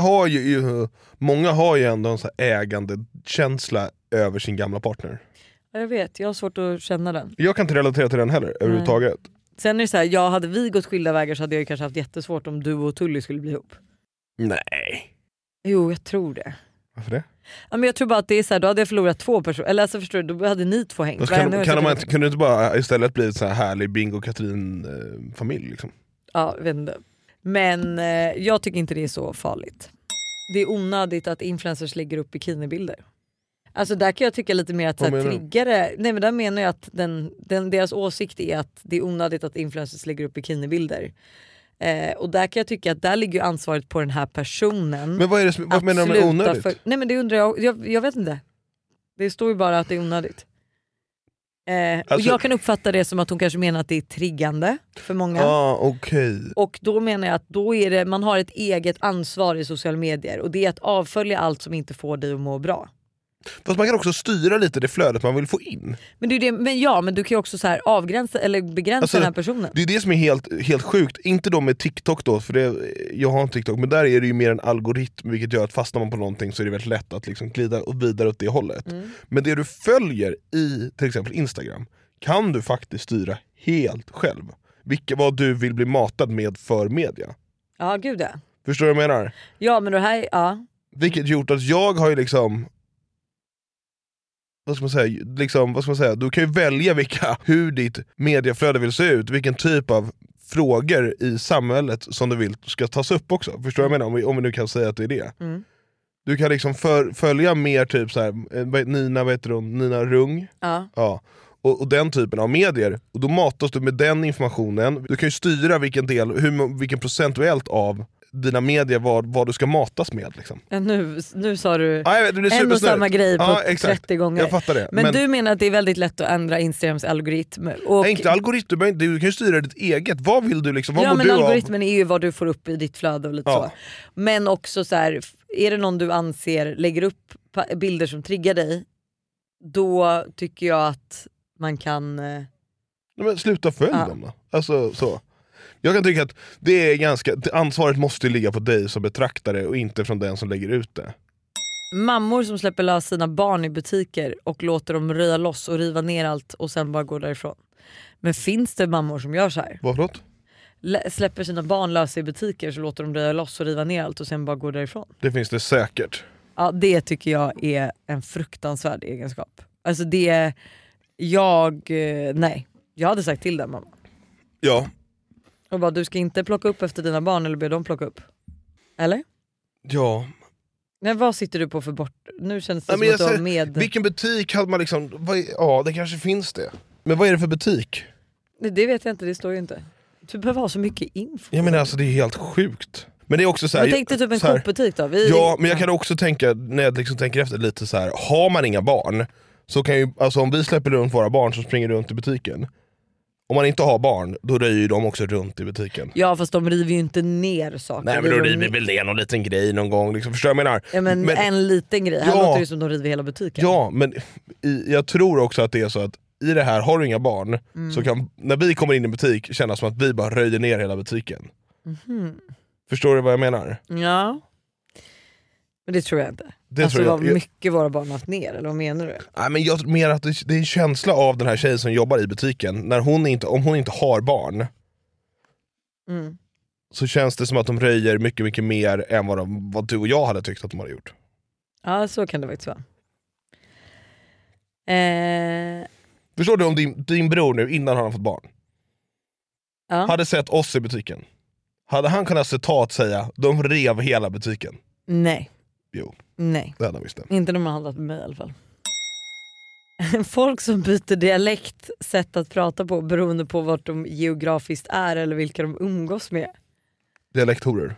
många har ju ändå en så här ägandekänsla över sin gamla partner. Jag vet, jag har svårt att känna den. Jag kan inte relatera till den heller överhuvudtaget. Sen är det så här, hade vi gått skilda vägar så hade jag kanske haft jättesvårt om du och Tully skulle bli ihop. Nej. Jo, jag tror det. Varför det? Ja, men jag tror bara att det är så här, då hade jag förlorat 2 personer. Eller alltså förstår du, då hade ni 2 hängt. Kunde det inte bara istället bli ett så här härlig Bingo Katrin-familj liksom? Ja, jag vet inte. Men jag tycker inte det är så farligt. Det är onödigt att influencers lägger upp bikinibilder. Alltså där kan jag tycka lite mer att triggare. Nej, men där menar jag att deras åsikt är att det är onödigt att influencers lägger upp bikinibilder. Och där kan jag tycka att där ligger ansvaret på den här personen. Men vad menar du med onödigt? Nej, men det undrar jag vet inte. Det står ju bara att det är onödigt. Och jag kan uppfatta det som att hon kanske menar att det är triggande för många. Okay. Och då menar jag att då är det, man har ett eget ansvar i sociala medier, och det är att avfölja allt som inte får dig att må bra. Fast man kan också styra lite det flödet man vill få in. Men, det är det, men du kan ju också så här avgränsa eller begränsa den här personen. Det är det som är helt sjukt. Inte då med TikTok då, för jag har en TikTok, men där är det ju mer en algoritm, vilket gör att fastnar man på någonting så är det väldigt lätt att liksom glida vidare åt det hållet. Men det du följer i till exempel Instagram kan du faktiskt styra helt själv. Vad du vill bli matad med för media. Ja, gud ja. Förstår du vad jag menar? Ja, men det här, ja. Vilket gjort att jag har ju liksom, vad ska man säga, du kan ju välja hur ditt mediaflöde vill se ut, vilken typ av frågor i samhället som du vill ska tas upp också. Förstår du vad jag menar? Om vi nu kan säga att det är det. Du kan liksom följa mer typ så här, Nina Rung. Ja. Och den typen av medier, och då matas du med den informationen. Du kan ju styra vilken procentuellt av dina medier vad du ska matas med liksom. Nu sa du en och samma grej på 30 gånger. Jag fattar det. Men du menar att det är väldigt lätt att ändra Instagrams algoritm? Nej, inte algoritm, du kan ju styra ditt eget. Vad vill du liksom? Ja, men algoritmen är ju vad du får upp i ditt flöde och lite så. Men också så här, är det någon du anser lägger upp bilder som triggar dig, då tycker jag att man kan... Nej, men sluta följa dem då. Alltså så. Jag kan tycka att det är ansvaret måste ligga på dig som betraktare och inte från den som lägger ut det. Mammor som släpper lös sina barn i butiker och låter dem röja loss och riva ner allt och sen bara går därifrån. Men finns det mammor som gör så här? Varför? Släpper sina barn lösa i butiker så låter de röja loss och riva ner allt och sen bara går därifrån. Det finns det säkert. Ja, det tycker jag är en fruktansvärd egenskap. Alltså nej. Jag hade sagt till den mamma. Ja. Och bara, du ska inte plocka upp efter dina barn eller be dem plocka upp. Eller? Ja, Men vad sitter du på för bort? Nu känns det som att du har med... Vilken butik hade man liksom... Ja, det kanske finns det. Men vad är det för butik? Det vet jag inte, det står ju inte. Du behöver ha så mycket info. Jag menar alltså det är helt sjukt. Men det är också så här, jag tänkte typ en Coop-butik då. Ja, men jag kan också tänka, när jag liksom tänker efter lite så här, har man inga barn så kan ju, alltså om vi släpper runt våra barn som springer runt i butiken. Om man inte har barn, då röjer ju de också runt i butiken. Ja, fast de river ju inte ner saker. Nej, men då river väl ner någon liten grej någon gång, liksom. Förstår jag menar? Ja, men en liten grej. Här låter det som de river hela butiken. Ja, men jag tror också att det är så att i det här, har du inga barn, så kan, när vi kommer in i en butik, kännas som att vi bara röjer ner hela butiken. Förstår du vad jag menar? Ja. Men det tror jag inte. Det alltså tror vad mycket våra barn haft ner, eller vad menar du? Nej, men jag menar att det är en känsla av den här tjejen som jobbar i butiken. När om hon inte har barn, så känns det som att de röjer mycket, mycket mer än vad du och jag hade tyckt att de hade gjort. Ja, så kan det faktiskt vara. Förstår du om din bror nu, innan han har fått barn, hade sett oss i butiken? Hade han kunnat citat säga, de rev hela butiken? Nej. Jo. Nej. Det hade han visst. Inte när man handlat med mig i alla fall. Folk som byter dialekt, sätt att prata på, beroende på vart de geografiskt är eller vilka de umgås med. Dialekthoror.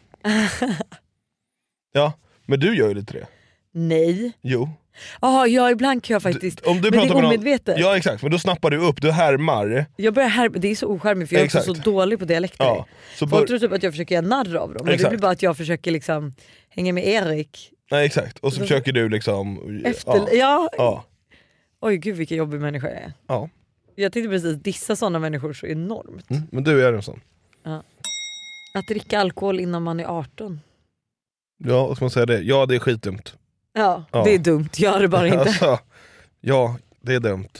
Ja, men du gör ju lite det. Nej. Jo. Ja, ibland kan jag faktiskt. Om du pratar med omedvetet. Ja, exakt, men då snappar du upp, du härmar. Jag börjar härma, det är så ocharmigt för jag är så dålig på dialekter. Ja, folk tror typ att jag försöker göra narr av dem. Men det blir bara att jag försöker liksom hänga med Erik. Nej, exakt, och så försöker du liksom ja. Oj gud vilken jobbig människa jag är. Ja. Jag tänkte precis dissa sådana människor så enormt. Men du är en sån. Ja. Att dricka alkohol innan man är 18. Ja, och ska man säga det? Ja, det är skitdumt. Ja, det är dumt. Gör det bara inte. Alltså, ja, det är dumt.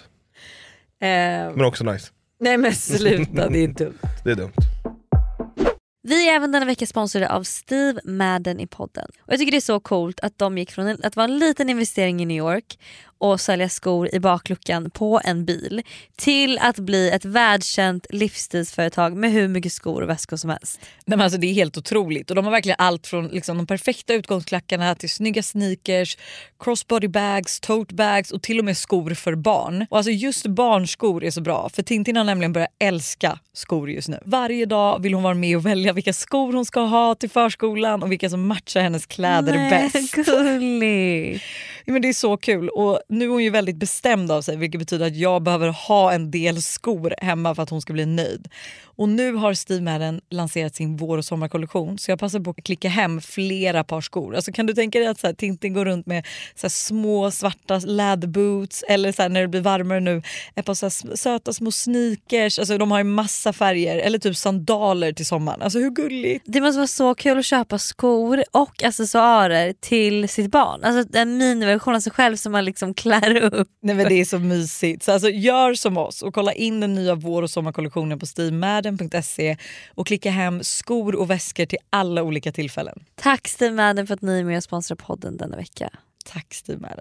Men också nice. Nej men sluta, det är dumt. Det är dumt. Vi är även denna vecka sponsrade av Steve Madden i podden. Och jag tycker det är så coolt att de gick från att vara en liten investering i New York och sälja skor i bakluckan på en bil till att bli ett världskänt livsstilsföretag med hur mycket skor och väskor som helst. Men alltså, det är helt otroligt och de har verkligen allt från liksom, de perfekta utgångsklackarna till snygga sneakers, crossbody bags, tote bags och till och med skor för barn. Och alltså just barnskor är så bra för Tintin har nämligen börjat älska skor just nu. Varje dag vill hon vara med och välja vilka skor hon ska ha till förskolan och vilka som matchar hennes kläder bäst. Gullig. Ja, men det är så kul och nu är hon ju väldigt bestämd av sig, vilket betyder att jag behöver ha en del skor hemma för att hon ska bli nöjd. Och nu har Steve Madden lanserat sin vår- och sommarkollektion så jag passar på att klicka hem flera par skor. Alltså kan du tänka dig att så här, Tintin går runt med så här, små svarta läderboots eller så här, när det blir varmare nu ett par så här, söta små sneakers. Alltså de har ju massa färger eller typ sandaler till sommaren. Alltså hur gulligt? Det måste vara så kul att köpa skor och accessoarer till sitt barn. Alltså en miniversion av sig själv som man liksom klär upp. Nej men det är så mysigt. Så alltså gör som oss och kolla in den nya vår- och sommarkollektionen på stevemadden.se och klicka hem skor och väskor till alla olika tillfällen. Tack Steve Madden för att ni är med och sponsrar podden denna vecka. Tack Steve Madden.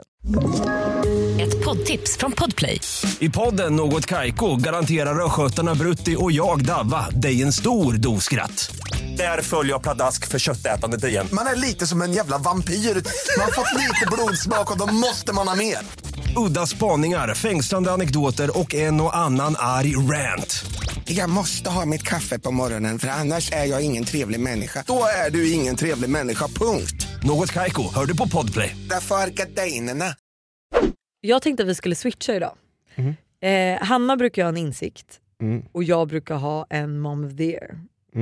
Ett poddtips från Podplay. I podden Något Kaiko garanterar röskötarna Brutti och jag Davva dig en stor doskratt. Där följer jag pladask för köttätandet igen. Man är lite som en jävla vampyr. Man har fått lite blodsmak och då måste man ha mer. Udda spaningar, fängslande anekdoter och en och annan arg rant. Jag måste ha mitt kaffe på morgonen för annars är jag ingen trevlig människa. Då är du ingen trevlig människa, punkt. Något Kaiko, hör du på Podplay. Därför är gardinerna. Jag tänkte att vi skulle switcha idag. Hanna brukar ha en insikt och jag brukar ha en mom of the year.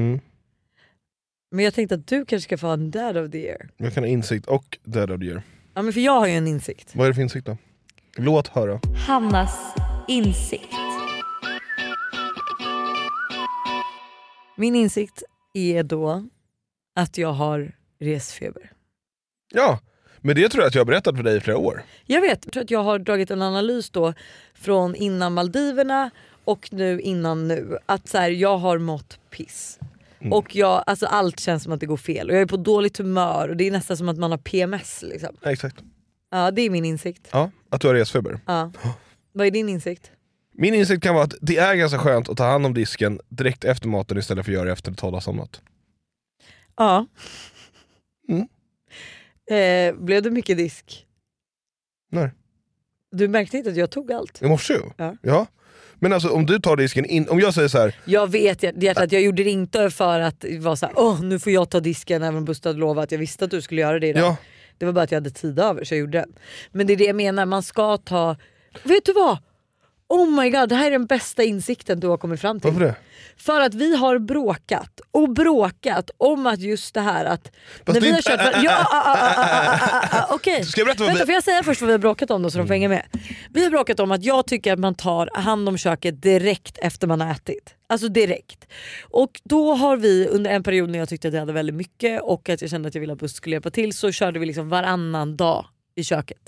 Men jag tänkte att du kanske ska få en dad of the year. Jag kan ha insikt och dad of the year. Ja men för jag har ju en insikt. Vad är det för insikt då? Låt höra. Hannas insikt. Min insikt är då att jag har resfeber. Ja, men det tror jag att jag har berättat för dig i flera år. Jag vet, jag tror att jag har dragit en analys då från innan Maldiverna och nu innan nu. Att så här, jag har mått piss. Och alltså allt känns som att det går fel. Och jag är på dåligt humör och det är nästan som att man har PMS liksom. Ja, exakt. Ja, det är min insikt. Ja, att du har resfeber. Ja. Vad är din insikt? Min insikt kan vara att det är ganska skönt att ta hand om disken direkt efter maten istället för att göra det efter att ha somnat. Ja. Blev det mycket disk? Nej. Du märkte inte att jag tog allt? I morse ju. Ja. Men alltså om du tar disken in, om jag säger så här. Jag vet att jag gjorde det inte för att vara så här, nu får jag ta disken även om Buster hade lovat att jag visste att du skulle göra det idag. Ja. Det var bara att jag hade tid över så jag gjorde det. Men det är det jag menar, man ska ta... Vet du vad? Oh my god, det här är den bästa insikten du har kommit fram till. Varför det? För att vi har bråkat om att just det här att... När vi har kört... Okej, vänta, får jag säga först vad vi har bråkat om då så de får hänga med. Vi har bråkat om att jag tycker att man tar hand om köket direkt efter man har ätit. Alltså direkt. Och då har vi under en period när jag tyckte att jag hade väldigt mycket och att jag kände att jag ville att Buster skulle hjälpa till, så körde vi liksom varannan dag i köket.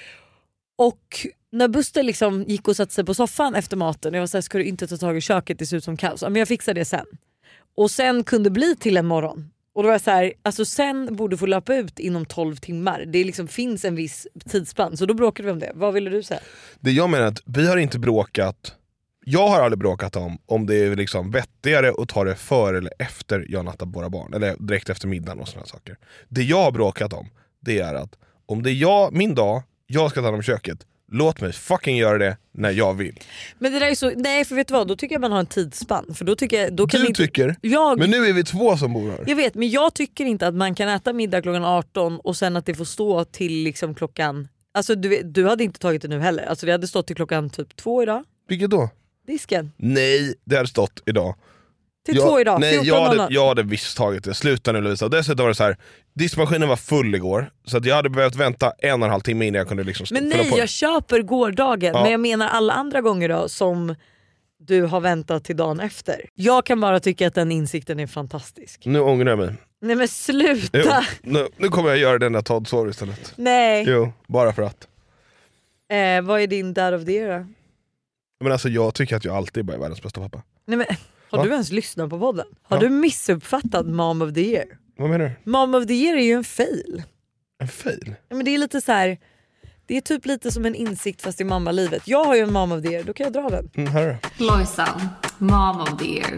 Och när Buster liksom gick och satte sig på soffan efter maten, jag var såhär, ska du inte ta tag i köket, det ser ut som kaos. Men jag fixar det sen. Och sen kunde bli till en morgon. Och då var jag såhär, alltså sen borde få löpa ut inom 12 timmar. Det liksom finns en viss tidsspann. Så då bråkade vi om det. Vad ville du säga? Det jag menar att vi har inte bråkat. Jag har aldrig bråkat om det är liksom vettigare att ta det före eller efter jag nattar våra barn. Eller direkt efter middagen och sådana saker. Det jag har bråkat om, det är att om det är min dag, jag ska ta hand om köket. Låt mig fucking göra det när jag vill. Men det där är så, nej för vet du vad, då tycker jag man har en tidsspann. För då tycker jag, då kan du inte, tycker? Men nu är vi 2 som bor här. Jag vet, men jag tycker inte att man kan äta middag klockan 18 och sen att det får stå till liksom klockan... Alltså du hade inte tagit det nu heller. Alltså det hade stått till klockan typ 2 idag. Vilket då? Disken. Nej, det hade stått idag. Till 2 idag. Nej, jag hade visst tagit det. Sluta nu Lovisa. Dessutom var det så här, diskmaskinen var full igår. Så att jag hade behövt vänta 1,5 timme innan jag kunde liksom Men nej, jag köper gårdagen. Men jag menar alla andra gånger då som du har väntat till dagen efter. Jag kan bara tycka att den insikten är fantastisk. Nu ångrar jag mig. Nej men sluta. Jo, nu kommer jag göra den där Todd Sawyer istället. Nej. Jo, bara för att. Vad är din dad of the year då? Men alltså jag tycker att jag alltid är världens bästa pappa. Nej men... Har du ens lyssnat på podden? Har du missuppfattat Mom of the Year? Vad menar du? Mom of the Year är ju en fail. En fail? Ja, men det är lite så här. Det är typ lite som en insikt fast i mammalivet. Jag har ju en Mom of the Year, då kan jag dra den. Här. Lojsan, Mom of the Year.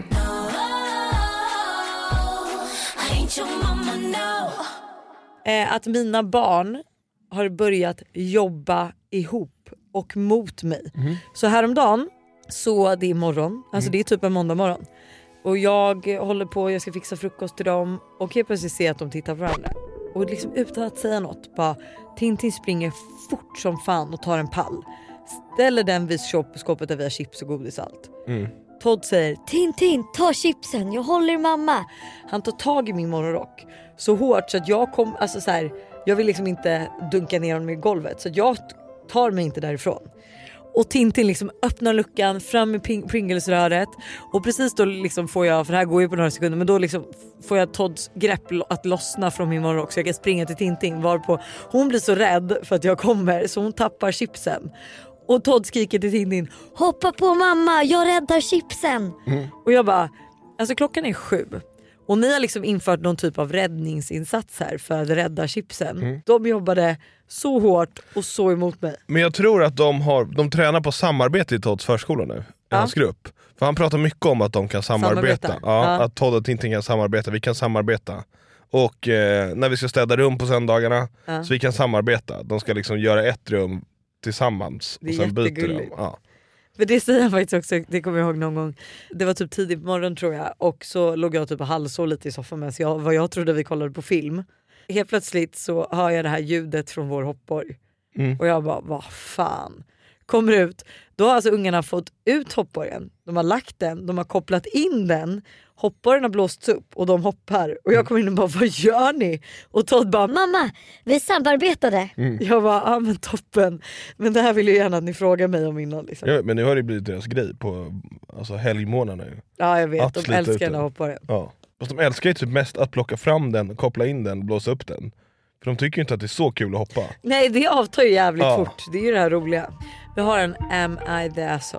Att mina barn har börjat jobba ihop och mot mig. Så häromdagen, så det är morgon, alltså det är typ en måndag morgon. Och jag håller på, jag ska fixa frukost till dem och helt plötsligt ser att de tittar på varandra. Och liksom utan att säga något, bara Tintin springer fort som fan och tar en pall. Ställer den vid skåpet där vi har chips och godis och allt. Todd säger, Tintin, ta chipsen, jag håller mamma. Han tar tag i min morgonrock så hårt så att jag kom, alltså så här, jag vill liksom inte dunka ner honom i golvet. Så att jag tar mig inte därifrån. Och Tintin liksom öppnar luckan fram med Pringles-röret. Och precis då liksom får jag, för det här går ju på några sekunder, men då liksom får jag Todds grepp att lossna från min morgonrock så jag kan springa till Tintin. Varpå hon blir så rädd för att jag kommer så hon tappar chipsen. Och Todd skriker till Tintin, hoppa på mamma, jag räddar chipsen. Och jag bara, alltså klockan är 7. Och ni har liksom infört någon typ av räddningsinsats här för att rädda chipsen. De jobbade så hårt och så emot mig. Men jag tror att de tränar på samarbete i Todds förskola nu. I hans grupp. För han pratar mycket om att de kan samarbeta. Att Todd och Tintin kan samarbeta. Vi kan samarbeta. Och när vi ska städa rum på söndagarna så vi kan samarbeta. De ska liksom göra ett rum tillsammans. Det är och sen byter de. För det säger han faktiskt också, det kommer jag ihåg någon gång. Det var typ tidigt på morgonen tror jag. Och så låg jag typ och halsåg lite i soffan med vad jag trodde vi kollade på film. Helt plötsligt så hör jag det här ljudet från vår hoppborg. Och jag bara, vad fan. Kommer ut, då har alltså ungarna fått ut hoppborgen. De har lagt den, de har kopplat in den. Hoppborgen har blåsts upp och de hoppar. Och jag kommer in och bara, vad gör ni? Och Todd bara, mamma, vi samarbetade. Jag bara, ja men toppen. Men det här vill jag gärna att ni frågar mig om innan. Liksom. Ja, men nu har det blivit deras grej på helgmånaderna. Ja jag vet, de älskar den här hoppborgen. Ja. Fast de älskar ju typ mest att plocka fram den, koppla in den, blåsa upp den. För de tycker ju inte att det är så kul att hoppa. Nej, det avtar ju jävligt fort. Det är ju det här roliga. Vi har en Am I the asshole?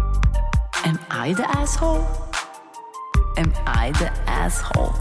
Am I the asshole? Am I the asshole?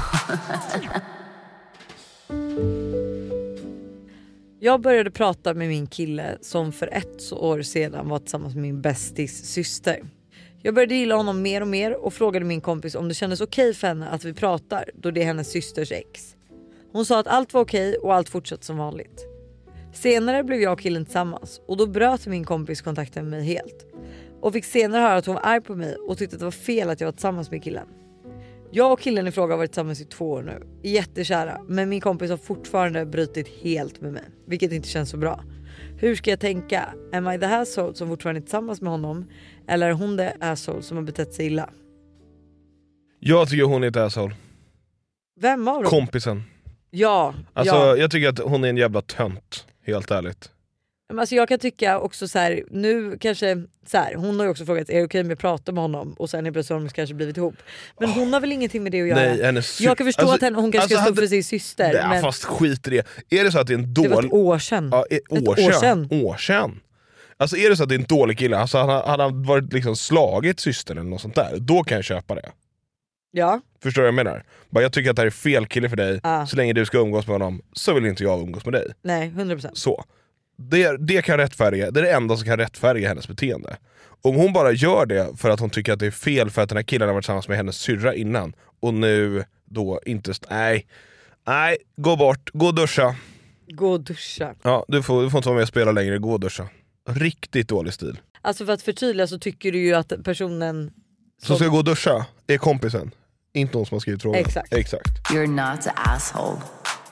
Jag började prata med min kille som för 1 år sedan var tillsammans med min bästis syster. Jag började gilla honom mer och mer och frågade min kompis om det kändes okej för henne att vi pratar då det är hennes systers ex. Hon sa att allt var okej och allt fortsatte som vanligt. Senare blev jag och killen tillsammans och då bröt min kompis kontakten med mig helt. Och fick senare höra att hon var arg på mig och tyckte att det var fel att jag var tillsammans med killen. Jag och killen i fråga har varit tillsammans i 2 år nu. Jättekära, men min kompis har fortfarande brutit helt med mig. Vilket inte känns så bra. Hur ska jag tänka? Am I the asshole som fortfarande är tillsammans med honom? Eller är hon the asshole som har betett sig illa? Jag tycker hon är ett asshole. Vem av dem? Kompisen. Ja. Alltså ja. jag tycker att hon är en jävla tönt. Helt ärligt. Alltså jag kan tycka också så här, nu kanske så här, hon har ju också frågat, är det okej med att prata med honom? Och sen är plötsligt har de kanske blivit ihop. Men hon har väl ingenting med det att göra. Nej, jag kan förstå att hon kanske ska stå för sin syster. Nej, men fast skit i det. Är det så att det är en dålig... Det var ett år sedan. Ja, år sedan. Alltså är det så att det är en dålig kille, alltså hade han varit liksom slagit systern eller något sånt där, då kan jag köpa det. Ja. Förstår du vad jag menar? Bara jag tycker att det här är fel kille för dig. Så länge du ska umgås med honom så vill inte jag umgås med dig. Nej, 100%. Så. Det kan rättfärdiga. Det är det enda som kan rättfärdiga hennes beteende. Om hon bara gör det för att hon tycker att det är fel för att den här killen har varit tillsammans med hennes syrra innan och nu då inte... Nej, gå bort. Gå och duscha. Gå och duscha. Ja, du får inte vara med och spela längre. Gå och duscha. Riktigt dålig stil. Alltså för att förtydliga så tycker du ju att personen som ska gå och duscha är kompisen. Inte någon som har skrivit frågan. Exakt. You're not the asshole.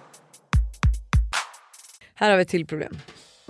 Här har vi ett till problem.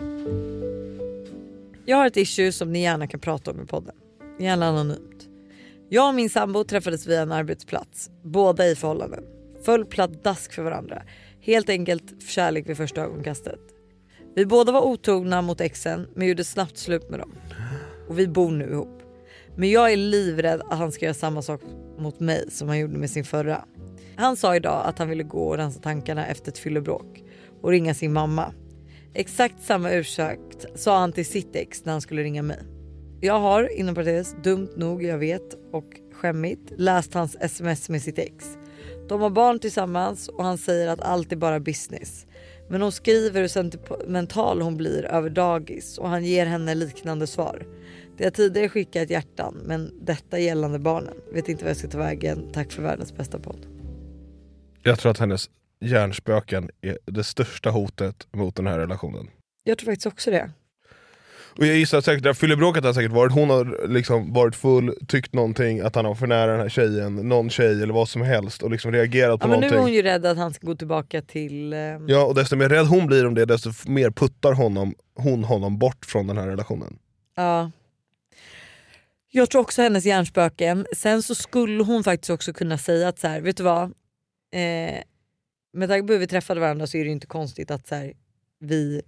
Jag har ett issue som ni gärna kan prata om i podden. Gärna anonymt. Jag och min sambo träffades via en arbetsplats. Båda i förhållanden. Föll pladask för varandra. Helt enkelt kärlek vid första ögonkastet. Vi båda var otrogna mot exen men gjorde snabbt slut med dem. Och vi bor nu ihop. Men jag är livrädd att han ska göra samma sak mot mig som han gjorde med sin förra. Han sa idag att han ville gå och rensa tankarna efter ett fyllebråk och ringa sin mamma. Exakt samma ursäkt sa han till sitt ex när han skulle ringa mig. Jag har, inom parentes, dumt nog jag vet och skämmigt, läst hans sms med sitt ex. De har barn tillsammans och han säger att allt är bara business. Men hon skriver hur sentimental hon blir över dagis och han ger henne liknande svar. Det har tidigare skickat hjärtan, men detta gällande barnen. Vet inte vad jag ska ta vägen. Tack för världens bästa podd. Jag tror att hennes hjärnspöken är det största hotet mot den här relationen. Jag tror faktiskt också det. Och jag gissar säkert, det här fyllebråket har säkert varit, hon har liksom varit full, tyckt någonting, att han har för nära den här tjejen, någon tjej eller vad som helst och liksom reagerat på någonting. Men nu är hon ju rädd att han ska gå tillbaka till... Ja, och desto mer rädd hon blir om det, desto mer puttar hon honom bort från den här relationen. Ja. Jag tror också hennes hjärnspöken. Sen så skulle hon faktiskt också kunna säga att så här, vet du vad? Med tanke på hur vi träffade varandra så är det inte konstigt att så här, vi...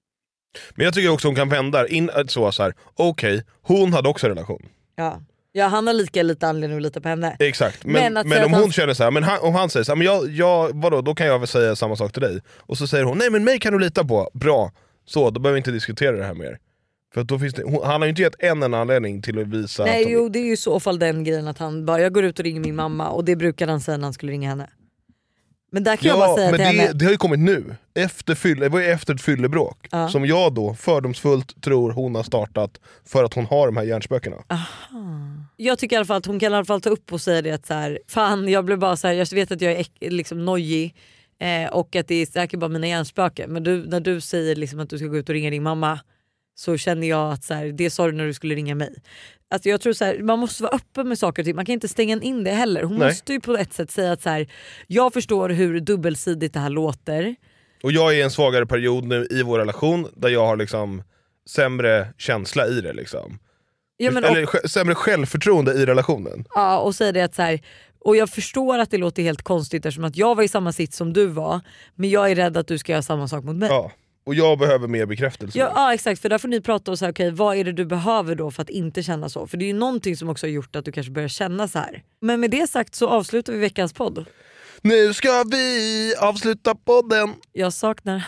Men jag tycker också hon kan vända in så här. Okej, hon hade också en relation. Ja, han har lite anledning att lita på henne. Exakt, men om hon känner så här, men om han säger så här, men vadå, då kan jag väl säga samma sak till dig. Och så säger hon, nej men mig kan du lita på. Bra, så då behöver vi inte diskutera det här mer. För att då finns det, han har ju inte gett en anledning till att visa. Nej, att jo, det är ju i så fall den grejen att han bara, jag går ut och ringer min mamma. Och det brukar han säga när han skulle ringa henne. Men där kan jag bara säga till henne. Det har ju kommit nu, det var ju efter ett fyllebråk. Som jag då fördomsfullt tror hon har startat för att hon har de här hjärnspökena. Aha. Jag tycker i alla fall att hon kan i alla fall ta upp och säga det att så här, fan jag blev bara så här, jag vet att jag är liksom nojig och att det är säkert bara mina hjärnspöken. Men när du säger liksom att du ska gå ut och ringa din mamma, så känner jag att så här, det sa du när du skulle ringa mig. Alltså jag tror så här, man måste vara öppen med saker och ting. Man kan inte stänga in det heller. Hon måste ju på ett sätt säga att så här, jag förstår hur dubbelsidigt det här låter. Och jag är i en svagare period nu i vår relation där jag har liksom sämre känsla i det liksom. Ja, men eller sämre självförtroende i relationen. Ja, och säger det att så här, och jag förstår att det låter helt konstigt eftersom att jag var i samma sitt som du var, men jag är rädd att du ska göra samma sak mot mig. Ja. Och jag behöver mer bekräftelse. Ja, exakt, för där får ni prata och säga okej, vad är det du behöver då för att inte känna så? För det är ju någonting som också har gjort att du kanske börjar känna så här. Men med det sagt så avslutar vi veckans podd. Nu ska vi avsluta podden. Jag saknar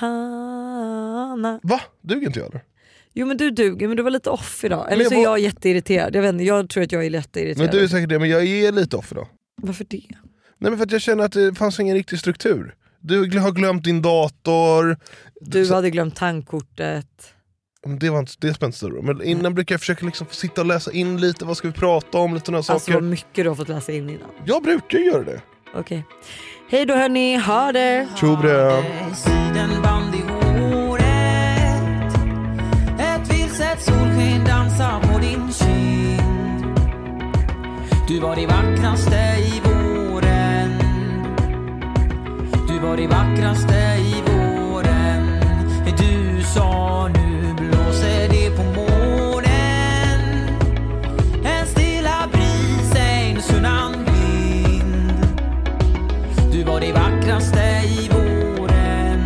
Hanna. Va? Duger inte jag då? Jo men du duger, men du var lite off idag. Eller så är jag jätteirriterad. Jag vet inte, jag tror att jag är jätteirriterad. Men du är säkert det, men jag är lite off idag. Varför det? Nej men för att jag känner att det fanns ingen riktig struktur. Du har glömt din dator. Du hade glömt tankkortet. Det spelar inte stor roll. Men innan brukar jag försöka liksom sitta och läsa in lite. Vad ska vi prata om? Lite några alltså saker. Vad mycket du har fått läsa in innan. Jag brukar göra det. Okej. Hej då hörni, ha det. Tjobre. Sidenband i håret. Ett vilset solsken dansar på din kind. Du var det vackraste i våren. Du var det vackraste i våren. Du sa nu blåser det på månen. En stilla bris, en sunnan vind. Du var det vackraste i våren.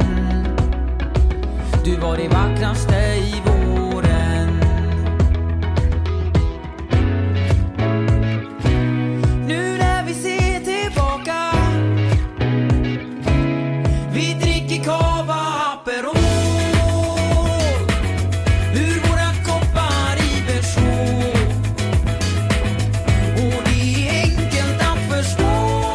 Du var det vackraste i våren. Nu när vi ser tillbaka, vi dricker kava Aperol ur våra koppar i Berså. Och det är enkelt att förstå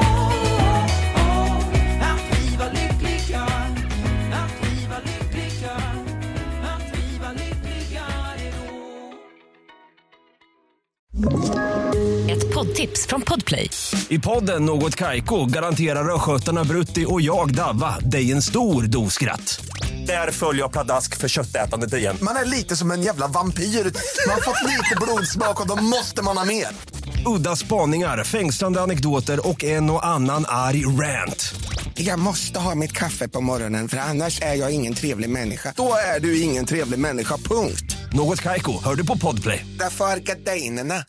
att vi var lyckliga, att vi var lyckliga, att vi var lyckligare då. Ett poddtips från Podplay. I podden Något Kaiko garanterar röskötarna Brutti och jag Davva dig en stor dos skratt. Där följer jag pladask för köttätandet igen. Man är lite som en jävla vampyr. Man har fått lite blodsmak och då måste man ha mer. Udda spaningar, fängslande anekdoter och en och annan arg rant. Jag måste ha mitt kaffe på morgonen, för annars är jag ingen trevlig människa. Då är du ingen trevlig människa, punkt. Något Kaiko, hör du på Podplay. Därför är gardinerna.